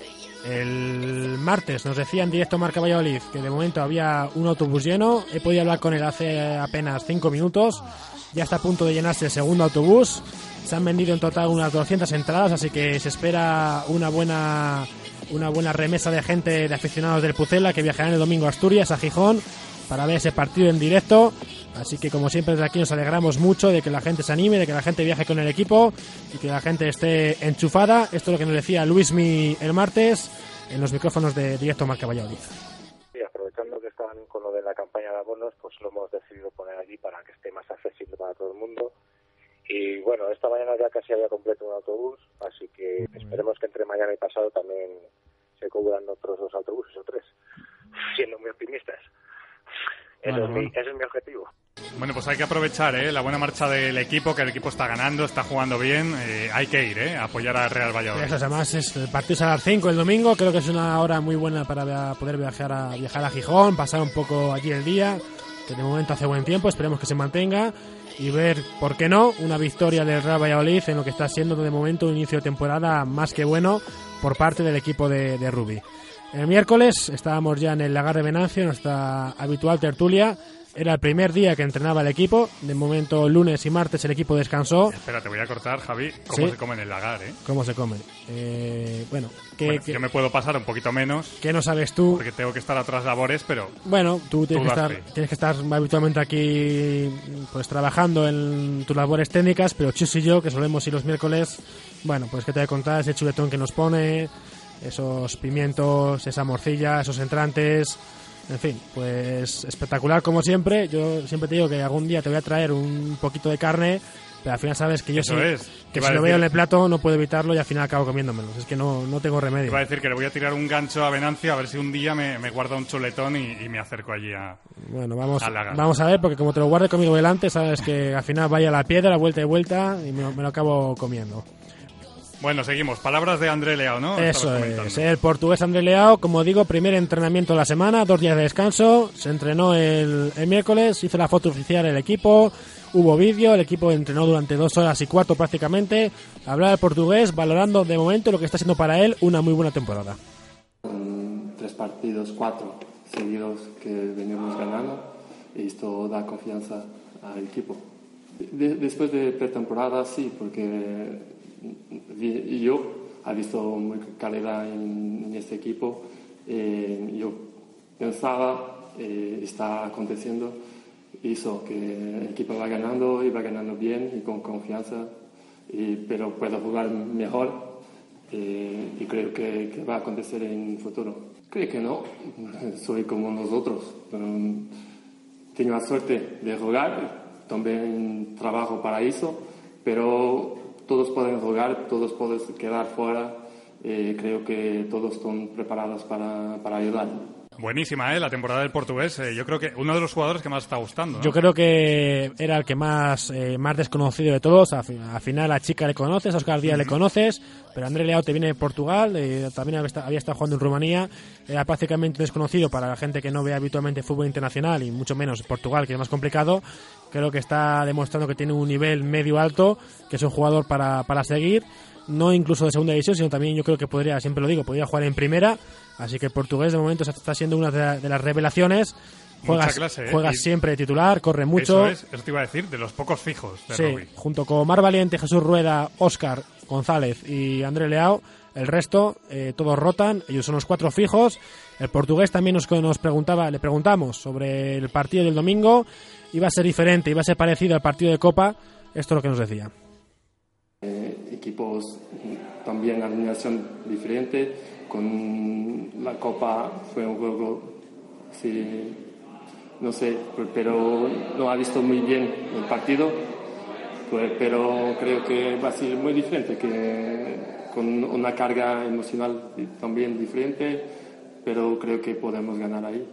El martes nos decía en directo Marca Valladolid que de momento había un autobús lleno. He podido hablar con él hace apenas cinco minutos. Ya está a punto de llenarse el segundo autobús. Se han vendido en total unas doscientas entradas, así que se espera una buena una buena remesa de gente, de aficionados del Pucela, que viajarán el domingo a Asturias, a Gijón, para ver ese partido en directo. Así que, como siempre, desde aquí nos alegramos mucho de que la gente se anime, de que la gente viaje con el equipo y que la gente esté enchufada. Esto es lo que nos decía Luismi el martes en los micrófonos de Directo Marca Valladolid. Y aprovechando que están con lo de la campaña de abonos, pues lo hemos decidido poner allí para que esté más accesible para todo el mundo. Y bueno, esta mañana ya casi había completo un autobús, así que esperemos que entre mañana y pasado también se cubran otros dos autobuses o tres, siendo muy optimistas. Eso, bueno, es mi, ese es mi objetivo. Bueno, pues hay que aprovechar ¿eh? la buena marcha del equipo, que el equipo está ganando, está jugando bien. Eh, hay que ir ¿eh? a apoyar al Real Valladolid. Eso, además, es, el partido es a las cinco el domingo. Creo que es una hora muy buena para poder viajar a, viajar a Gijón, pasar un poco allí el día, que de momento hace buen tiempo, esperemos que se mantenga, y ver, ¿por qué no?, una victoria del Real Valladolid en lo que está siendo de momento un inicio de temporada más que bueno por parte del equipo de, de Rubi. El miércoles estábamos ya en el Lagar de Venancio, nuestra habitual tertulia, Era el primer día que entrenaba el equipo. De momento, lunes y martes el equipo descansó. Espera, te voy a cortar, Javi. ¿Cómo ¿Sí? se come en el lagar, eh? ¿Cómo se come? Eh, bueno, que, bueno que, yo me puedo pasar un poquito menos. ¿Qué no sabes tú? Porque tengo que estar a otras labores, pero... Bueno, tú tienes, tú que estar, tienes que estar habitualmente aquí pues trabajando en tus labores técnicas, pero Chus y yo, que solemos ir los miércoles, bueno, pues que te voy a contar ese chuletón que nos pone, esos pimientos, esa morcilla, esos entrantes, en fin, pues espectacular como siempre. Yo siempre te digo que algún día te voy a traer un poquito de carne, pero al final sabes que yo Eso sí, es. que Iba si a lo decir- veo en el plato no puedo evitarlo y al final acabo comiéndomelos. Es que no, no tengo remedio. Iba a decir que le voy a tirar un gancho a Venancio a ver si un día me, me guarda un chuletón y, y me acerco allí a... Bueno, vamos, al lagar. vamos a ver, porque como te lo guarde conmigo delante, sabes que al final vaya a la piedra, vuelta y vuelta, y me, me lo acabo comiendo. Bueno, seguimos. Palabras de André Leao, ¿no? Eso Estabas comentando. es, el portugués André Leao, como digo, primer entrenamiento de la semana, dos días de descanso, se entrenó el, el miércoles, hizo la foto oficial el equipo, hubo vídeo, el equipo entrenó durante dos horas y cuarto prácticamente, hablaba el portugués valorando de momento lo que está siendo para él una muy buena temporada. Con tres partidos, cuatro seguidos que venimos ganando y esto da confianza al equipo. De- después de pretemporada sí, porque vi- yo he visto muy calidad en, en este equipo. Eh, yo pensaba, eh, está aconteciendo, hizo que el equipo va ganando y va ganando bien y con confianza, y, pero puedo jugar mejor. Eh, y creo que, que va a acontecer en el futuro. Creo que no, soy como nosotros. Um, tengo la suerte de jugar, también trabajo para eso, pero todos pueden jugar, todos pueden quedar fuera. Eh, creo que todos están preparados para, para ayudar. Buenísima, ¿eh? La temporada del portugués. Eh, yo creo que uno de los jugadores que más está gustando, ¿no? Yo creo que era el que más eh, más desconocido de todos. Al, fi- al final la chica le conoces, a Oscar Díaz le conoces, pero André Leao te viene de Portugal, eh, también había, esta- había estado jugando en Rumanía, era prácticamente desconocido para la gente que no ve habitualmente fútbol internacional y mucho menos Portugal, que es más complicado. Creo que está demostrando que tiene un nivel medio alto, que es un jugador para, para seguir. No incluso de segunda división, sino también yo creo que podría, siempre lo digo, podría jugar en primera. Así que el portugués de momento está siendo una de, la- de las revelaciones. Juegas, Mucha clase, ¿eh? juegas Y- siempre de titular, corre mucho. Eso es, eso te iba a decir, de los pocos fijos de Sí, Rugby. junto con Mar Valiente, Jesús Rueda, Óscar González y André Leao, el resto eh, todos rotan, ellos son los cuatro fijos. El portugués también nos, nos preguntaba, le preguntamos sobre el partido del domingo, iba a ser diferente, iba a ser parecido al partido de Copa, esto es lo que nos decía. Eh, equipos también alineación diferente. Con la Copa fue un juego, sí, no sé, pero no ha visto muy bien el partido, pues, pero creo que va a ser muy diferente, que con una carga emocional también diferente, pero creo que podemos ganar ahí.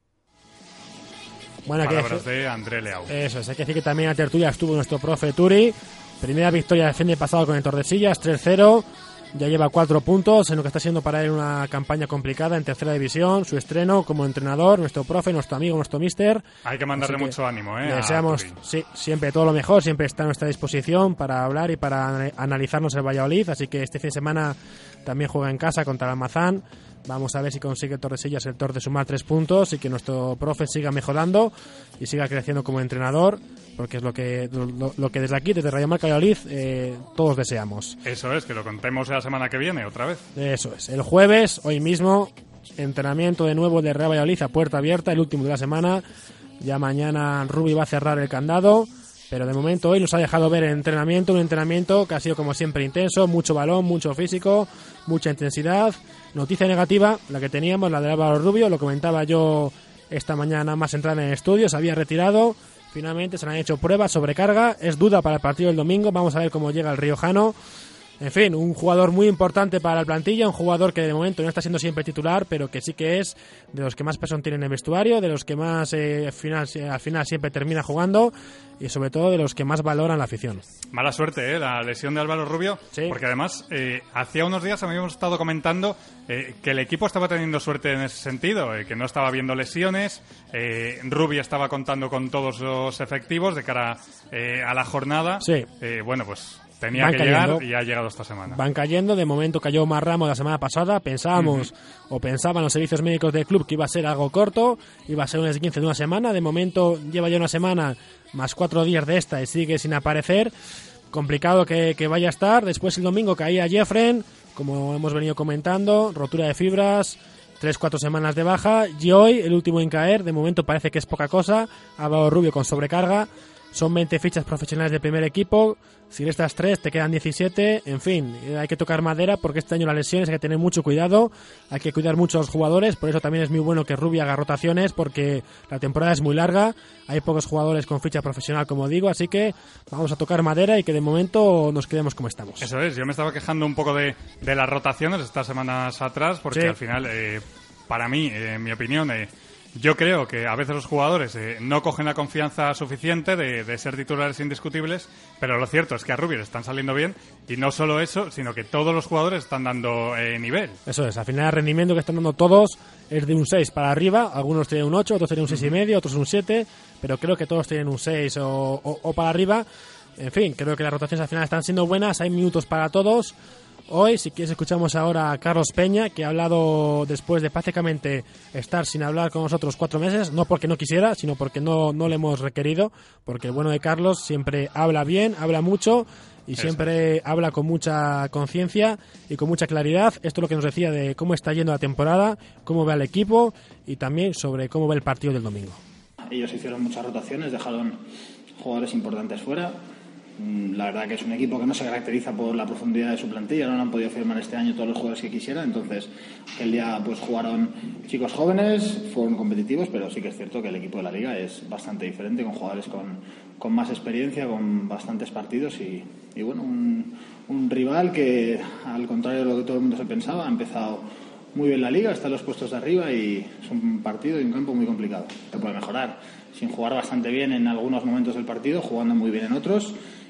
Bueno, hay que Palabras decir- de André Leao. Eso es, hay que decir que también a tertulia estuvo nuestro profe Turi. Primera victoria del fin de pasado con el Tordesillas, tres cero. Ya lleva cuatro puntos en lo que está siendo para él una campaña complicada en tercera división. Su estreno como entrenador, nuestro profe, nuestro amigo, nuestro mister. Hay que mandarle Así que mucho ánimo, ¿eh? Le a deseamos Turi. sí, siempre todo lo mejor, siempre está a nuestra disposición para hablar y para ana- analizarnos el Valladolid. Así que este fin de semana también juega en casa contra el Almazán. Vamos a ver si consigue Tordesillas el Tor de sumar tres puntos y que nuestro profe siga mejorando y siga creciendo como entrenador, porque es lo que lo, lo que desde aquí, desde Radio Marca Valladolid, eh, todos deseamos. Eso es, que lo contemos la semana que viene, otra vez. Eso es. El jueves, hoy mismo, entrenamiento de nuevo de Real Valladolid a puerta abierta, el último de la semana. Ya mañana Rubi va a cerrar el candado, pero de momento hoy nos ha dejado ver el entrenamiento, un entrenamiento que ha sido como siempre intenso, mucho balón, mucho físico, mucha intensidad. Noticia negativa, la que teníamos, la de Álvaro Rubio, lo comentaba yo esta mañana más entrar en el estudio, se había retirado, finalmente se le han hecho pruebas, sobrecarga, es duda para el partido del domingo, vamos a ver cómo llega el riojano. En fin, un jugador muy importante para la plantilla, un jugador que de momento no está siendo siempre titular, pero que sí que es de los que más peso tiene en el vestuario, de los que más eh, al, final, al final siempre termina jugando y sobre todo de los que más valoran la afición. Mala suerte, ¿eh? La lesión de Álvaro Rubio, porque además eh, hacía unos días habíamos estado comentando eh, que el equipo estaba teniendo suerte en ese sentido, eh, que no estaba viendo lesiones, eh, Rubio estaba contando con todos los efectivos de cara eh, a la jornada. Sí. Eh, bueno, pues tenía van que cayendo, llegar y ha llegado esta semana. Van cayendo, de momento cayó Omar Ramos la semana pasada, pensábamos uh-huh. o pensaban los servicios médicos del club que iba a ser algo corto, iba a ser un esguince de una semana, de momento lleva ya una semana más cuatro días de esta y sigue sin aparecer, complicado que, que vaya a estar. Después el domingo caía Jeffren, como hemos venido comentando, rotura de fibras, tres, cuatro semanas de baja, y hoy el último en caer, de momento parece que es poca cosa, Álvaro Rubio con sobrecarga, son veinte fichas profesionales de primer equipo, si de estas tres te quedan diecisiete, en fin, hay que tocar madera porque este año las lesiones hay que tener mucho cuidado, hay que cuidar mucho a los jugadores, por eso también es muy bueno que Rubio haga rotaciones porque la temporada es muy larga, hay pocos jugadores con ficha profesional como digo, así que vamos a tocar madera y que de momento nos quedemos como estamos. Eso es, yo me estaba quejando un poco de, de las rotaciones estas semanas atrás porque sí. al final, eh, para mí, eh, en mi opinión, eh, yo creo que a veces los jugadores eh, no cogen la confianza suficiente de, de ser titulares indiscutibles, pero lo cierto es que a Rubio le están saliendo bien y no solo eso, sino que todos los jugadores están dando eh, nivel. Eso es, al final el rendimiento que están dando todos es de un seis para arriba, algunos tienen un ocho, otros tienen un seis y medio, otros un siete, pero creo que todos tienen un seis o, o, o para arriba. En fin, creo que las rotaciones al final están siendo buenas, hay minutos para todos. Hoy, si quieres, escuchamos ahora a Carlos Peña, que ha hablado después de prácticamente estar sin hablar con nosotros cuatro meses, no porque no quisiera, sino porque no, no le hemos requerido, porque el bueno de Carlos siempre habla bien, habla mucho y Eso. siempre habla con mucha conciencia y con mucha claridad. Esto es lo que nos decía de cómo está yendo la temporada, cómo ve al equipo y también sobre cómo ve el partido del domingo. Ellos hicieron muchas rotaciones, dejaron jugadores importantes fuera. La verdad que es un equipo que no se caracteriza por la profundidad de su plantilla, no han podido firmar este año todos los jugadores que quisieran, entonces aquel día pues jugaron chicos jóvenes, fueron competitivos, pero sí que es cierto que el equipo de la Liga es bastante diferente, con jugadores con, con más experiencia, con bastantes partidos y, y bueno, un, un rival que al contrario de lo que todo el mundo se pensaba, ha empezado muy bien la Liga, está en los puestos de arriba y es un partido y un campo muy complicado. Se puede mejorar, sin jugar bastante bien en algunos momentos del partido, jugando muy bien en otros.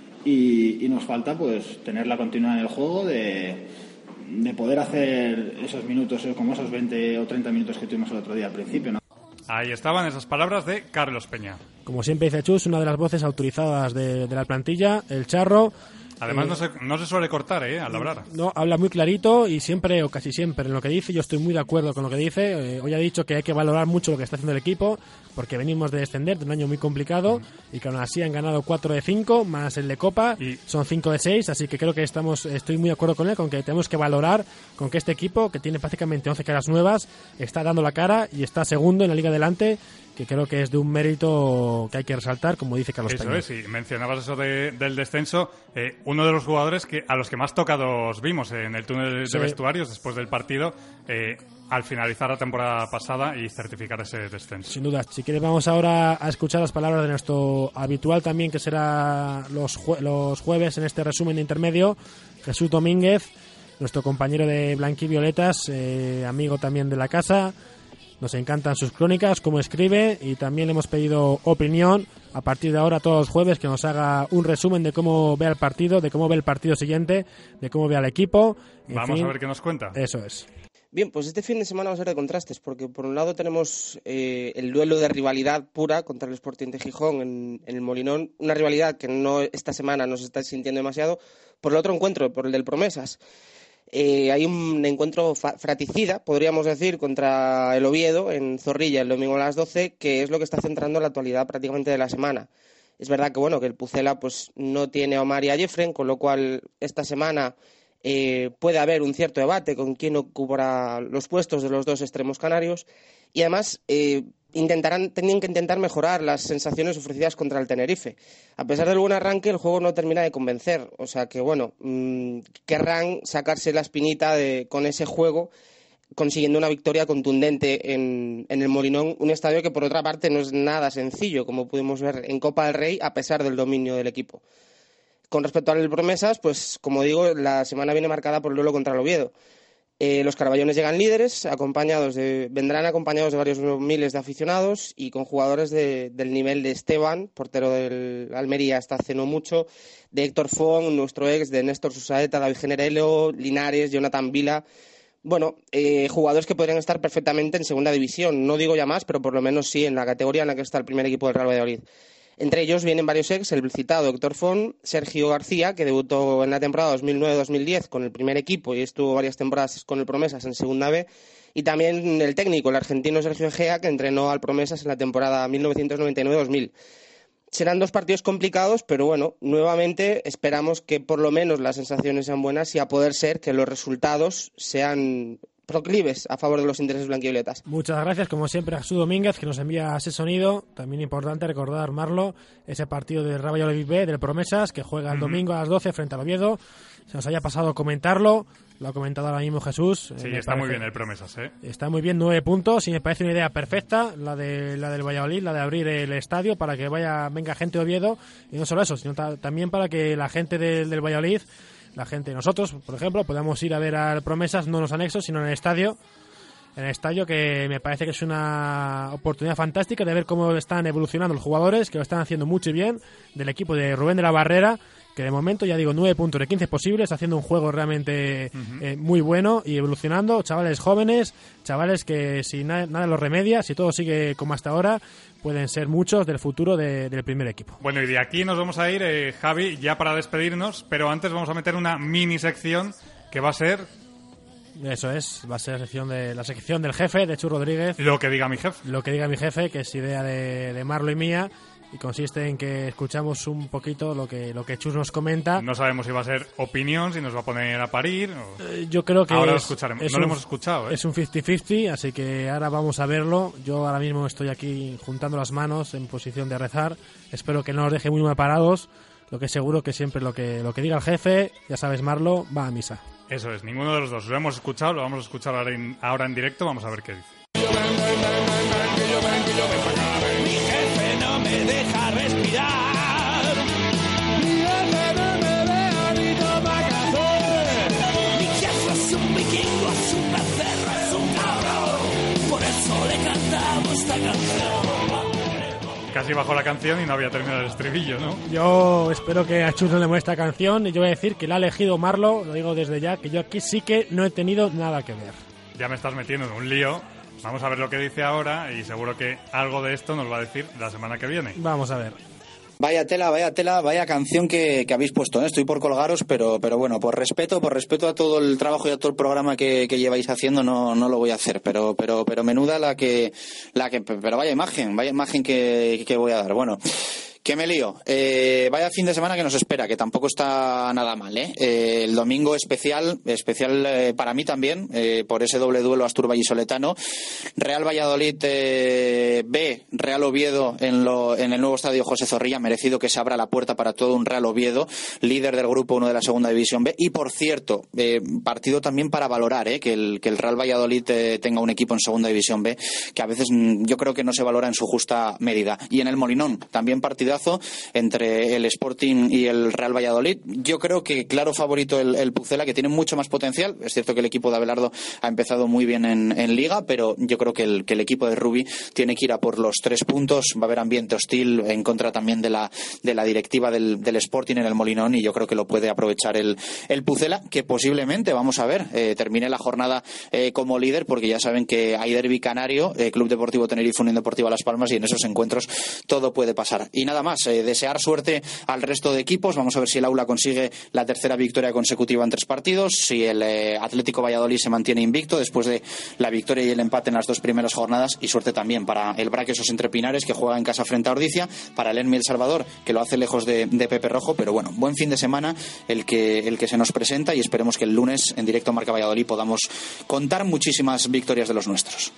Y, y nos falta pues tener la continuidad en el juego de, de poder hacer esos minutos como esos veinte o treinta minutos que tuvimos el otro día al principio, ¿no? Ahí estaban esas palabras de Carlos Peña. Como siempre dice Chus, una de las voces autorizadas de, de la plantilla, el Charro. Además eh, no, se, no se suele cortar eh, al hablar. No, habla muy clarito y siempre o casi siempre en lo que dice. Yo estoy muy de acuerdo con lo que dice. Eh, hoy ha dicho que hay que valorar mucho lo que está haciendo el equipo porque venimos de descender de un año muy complicado mm. y que aún así han ganado cuatro de cinco más el de Copa, y son cinco de seis, así que creo que estamos estoy muy de acuerdo con él, con que tenemos que valorar con que este equipo, que tiene prácticamente once caras nuevas, está dando la cara y está segundo en la Liga Adelante, que creo que es de un mérito que hay que resaltar, como dice Carlos Peña. Eso es, y mencionabas eso de, del descenso, eh, uno de los jugadores que a los que más tocados vimos en el túnel de sí. vestuarios después del partido, eh, al finalizar la temporada pasada y certificar ese descenso. Sin duda. Si quieres vamos ahora a escuchar las palabras de nuestro habitual también, que será los, jue- los jueves en este resumen de intermedio, Jesús Domínguez, nuestro compañero de Blanquivioletas, eh, amigo también de la casa. Nos encantan sus crónicas, cómo escribe, y también le hemos pedido opinión a partir de ahora todos los jueves, que nos haga un resumen de cómo ve el partido, de cómo ve el partido siguiente, de cómo ve al equipo. En Vamos fin, a ver qué nos cuenta. Eso es. Bien, pues este fin de semana va a ser de contrastes, porque por un lado tenemos eh, el duelo de rivalidad pura contra el Sporting de Gijón en, en el Molinón, una rivalidad que no esta semana no se está sintiendo demasiado. Por el otro encuentro, por el del Promesas, eh, hay un encuentro fa- fratricida, podríamos decir, contra el Oviedo en Zorrilla el domingo a las doce, que es lo que está centrando la actualidad prácticamente de la semana. Es verdad que bueno que el Pucela pues no tiene a Omar y a Jeffren, con lo cual esta semana Eh, puede haber un cierto debate con quién ocupará los puestos de los dos extremos canarios y además eh, intentarán, tienen que intentar mejorar las sensaciones ofrecidas contra el Tenerife. A pesar del buen arranque, el juego no termina de convencer, o sea que bueno, mmm, querrán sacarse la espinita de, con ese juego, consiguiendo una victoria contundente en, en el Molinón, un estadio que por otra parte no es nada sencillo, como pudimos ver en Copa del Rey, a pesar del dominio del equipo. Con respecto al Promesas, pues como digo, la semana viene marcada por el duelo contra el Oviedo. Eh, los caraballones llegan líderes, acompañados de, vendrán acompañados de varios miles de aficionados y con jugadores de, del nivel de Esteban, portero del Almería hasta hace no mucho, de Héctor Font, nuestro ex, de Néstor Susaeta, David Generelo, Linares, Jonathan Vila. Bueno, eh, jugadores que podrían estar perfectamente en segunda división. No digo ya más, pero por lo menos sí en la categoría en la que está el primer equipo del Real Valladolid. Entre ellos vienen varios ex, el citado Héctor Font, Sergio García, que debutó en la temporada dos mil nueve dos mil diez con el primer equipo y estuvo varias temporadas con el Promesas en Segunda B, y también el técnico, el argentino Sergio Egea, que entrenó al Promesas en la temporada mil novecientos noventa y nueve dos mil. Serán dos partidos complicados, pero bueno, nuevamente esperamos que por lo menos las sensaciones sean buenas y a poder ser que los resultados sean proclives a favor de los intereses blanquivioletas. Muchas gracias, como siempre, a Jesús Domínguez, que nos envía ese sonido. También importante recordar, Marlo, ese partido del Real Valladolid B, del Promesas, que juega el uh-huh. domingo a las doce frente al Oviedo. Se nos haya pasado comentarlo, lo ha comentado ahora mismo Jesús. Sí, eh, está parece, muy bien el Promesas, ¿eh? Está muy bien, nueve puntos, y me parece una idea perfecta, la de la del Valladolid, la de abrir el estadio para que vaya venga gente de Oviedo, y no solo eso, sino ta- también para que la gente de, del Valladolid, la gente de nosotros, por ejemplo, podamos ir a ver al Promesas, no en los anexos, sino en el estadio, en el estadio, que me parece que es una oportunidad fantástica de ver cómo están evolucionando los jugadores, que lo están haciendo mucho y bien, del equipo de Rubén de la Barrera, que de momento, ya digo, nueve puntos de quince posibles, haciendo un juego realmente uh-huh. eh, muy bueno y evolucionando. Chavales jóvenes, chavales que si na- nada los remedia, si todo sigue como hasta ahora, pueden ser muchos del futuro de, del primer equipo. Bueno, y de aquí nos vamos a ir, eh, Javi, ya para despedirnos, pero antes vamos a meter una mini sección que va a ser... Eso es, va a ser la sección, de, la sección del jefe, de Chus Rodríguez. Lo que diga mi jefe. Lo que diga mi jefe, que es idea de, de Marlo y mía, y consiste en que escuchamos un poquito lo que lo que Chus nos comenta. No sabemos si va a ser opinión, si nos va a poner a parir. O... Eh, yo creo que ahora es, lo escucharemos. Es no un, lo hemos escuchado. ¿eh? Es un cincuenta cincuenta, así que ahora vamos a verlo. Yo ahora mismo estoy aquí juntando las manos en posición de rezar. Espero que no nos deje muy mal parados. Lo que es seguro que siempre lo que lo que diga el jefe, ya sabes, Marlo, va a misa. Eso es, ninguno de los dos. Lo hemos escuchado, lo vamos a escuchar ahora en, ahora en directo. Vamos a ver qué dice. Mi jefe no me deja respirar. Mi jefe no me deja ni tomar café. Mi jefe es un vikingo, es un becerro, es un cabrón. Por eso le cantamos esta canción. Casi bajó la canción y no había terminado el estribillo, ¿no? Yo espero que a Chus no le moleste esta canción, y yo voy a decir que la ha elegido Marlo, lo digo desde ya, que yo aquí sí que no he tenido nada que ver. Ya me estás metiendo en un lío. Vamos a ver lo que dice ahora y seguro que algo de esto nos va a decir la semana que viene. Vamos a ver. Vaya tela, vaya tela, vaya canción que, que habéis puesto, ¿eh? Estoy por colgaros, pero pero bueno, por respeto, por respeto a todo el trabajo y a todo el programa que, que lleváis haciendo, no no lo voy a hacer, pero pero pero menuda la que la que pero vaya imagen, vaya imagen que, que voy a dar. Bueno, que me lío. Eh, vaya fin de semana que nos espera, que tampoco está nada mal, ¿eh? Eh, el domingo especial, especial eh, para mí también, eh, por ese doble duelo Astur-Vallisoletano. Real Valladolid eh, B, Real Oviedo en, lo, en el nuevo estadio José Zorrilla. Merecido que se abra la puerta para todo un Real Oviedo, líder del grupo uno de la segunda división B. Y por cierto, eh, partido también para valorar, ¿eh? que, el, que el Real Valladolid eh, tenga un equipo en segunda división B, que a veces mm, yo creo que no se valora en su justa medida. Y en el Molinón, también partidazo entre el Sporting y el Real Valladolid. Yo creo que claro favorito el, el Pucela, que tiene mucho más potencial. Es cierto que el equipo de Abelardo ha empezado muy bien en, en Liga, pero yo creo que el, que el equipo de Rubi tiene que ir a por los tres puntos. Va a haber ambiente hostil en contra también de la, de la directiva del, del Sporting en el Molinón, y yo creo que lo puede aprovechar el, el Pucela, que posiblemente, vamos a ver, eh, termine la jornada eh, como líder, porque ya saben que hay derbi canario, eh, Club Deportivo Tenerife, Unión Deportiva Las Palmas, y en esos encuentros todo puede pasar. Y nada más, eh, desear suerte al resto de equipos. Vamos a ver si el Aula consigue la tercera victoria consecutiva en tres partidos, si el eh, Atlético Valladolid se mantiene invicto después de la victoria y el empate en las dos primeras jornadas, y suerte también para el Braquesos Entre Pinares, que juega en casa frente a Ordicia, para el Enmi El Salvador, que lo hace lejos de, de Pepe Rojo. Pero bueno, buen fin de semana el que, el que se nos presenta, y esperemos que el lunes en directo Marca Valladolid podamos contar muchísimas victorias de los nuestros.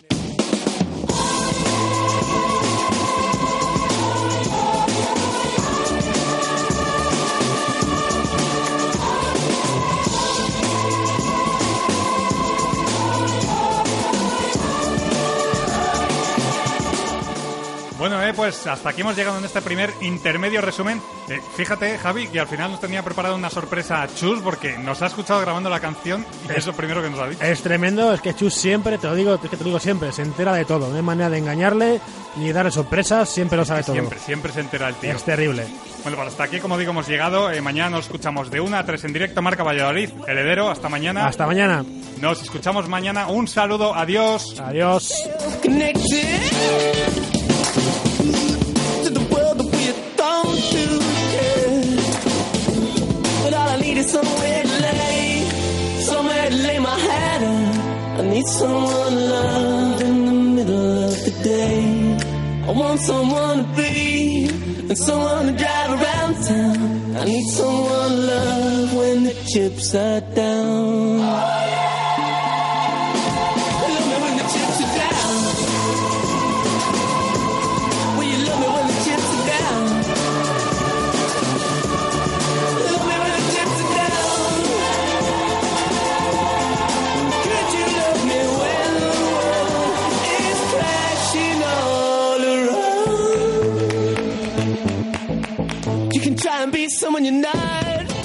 Bueno, eh, pues hasta aquí hemos llegado en este primer intermedio resumen. Eh, fíjate, Javi, que al final nos tenía preparado una sorpresa a Chus, porque nos ha escuchado grabando la canción y es, es lo primero que nos ha dicho. Es tremendo, es que Chus siempre, te lo digo, es que te lo digo siempre, se entera de todo. No hay manera de engañarle ni darle sorpresas, siempre lo sabe todo. Siempre, siempre se entera el tío. Es terrible. Bueno, pues hasta aquí, como digo, hemos llegado. Eh, mañana nos escuchamos de una a tres en directo Marca Valladolid. Heredero, hasta mañana. Hasta mañana. Nos escuchamos mañana. Un saludo, adiós. Adiós. To the world that we're needed somewhere to lay, somewhere to lay my head on. I need someone to love in the middle of the day. I want someone to be and someone to drive around town. I need someone to love when the chips are down. Love me when the chips are down. Will you love me when the chips are down? Love me when the chips are down. Could you love me when the world is crashing all around? You can try and be someone you're not.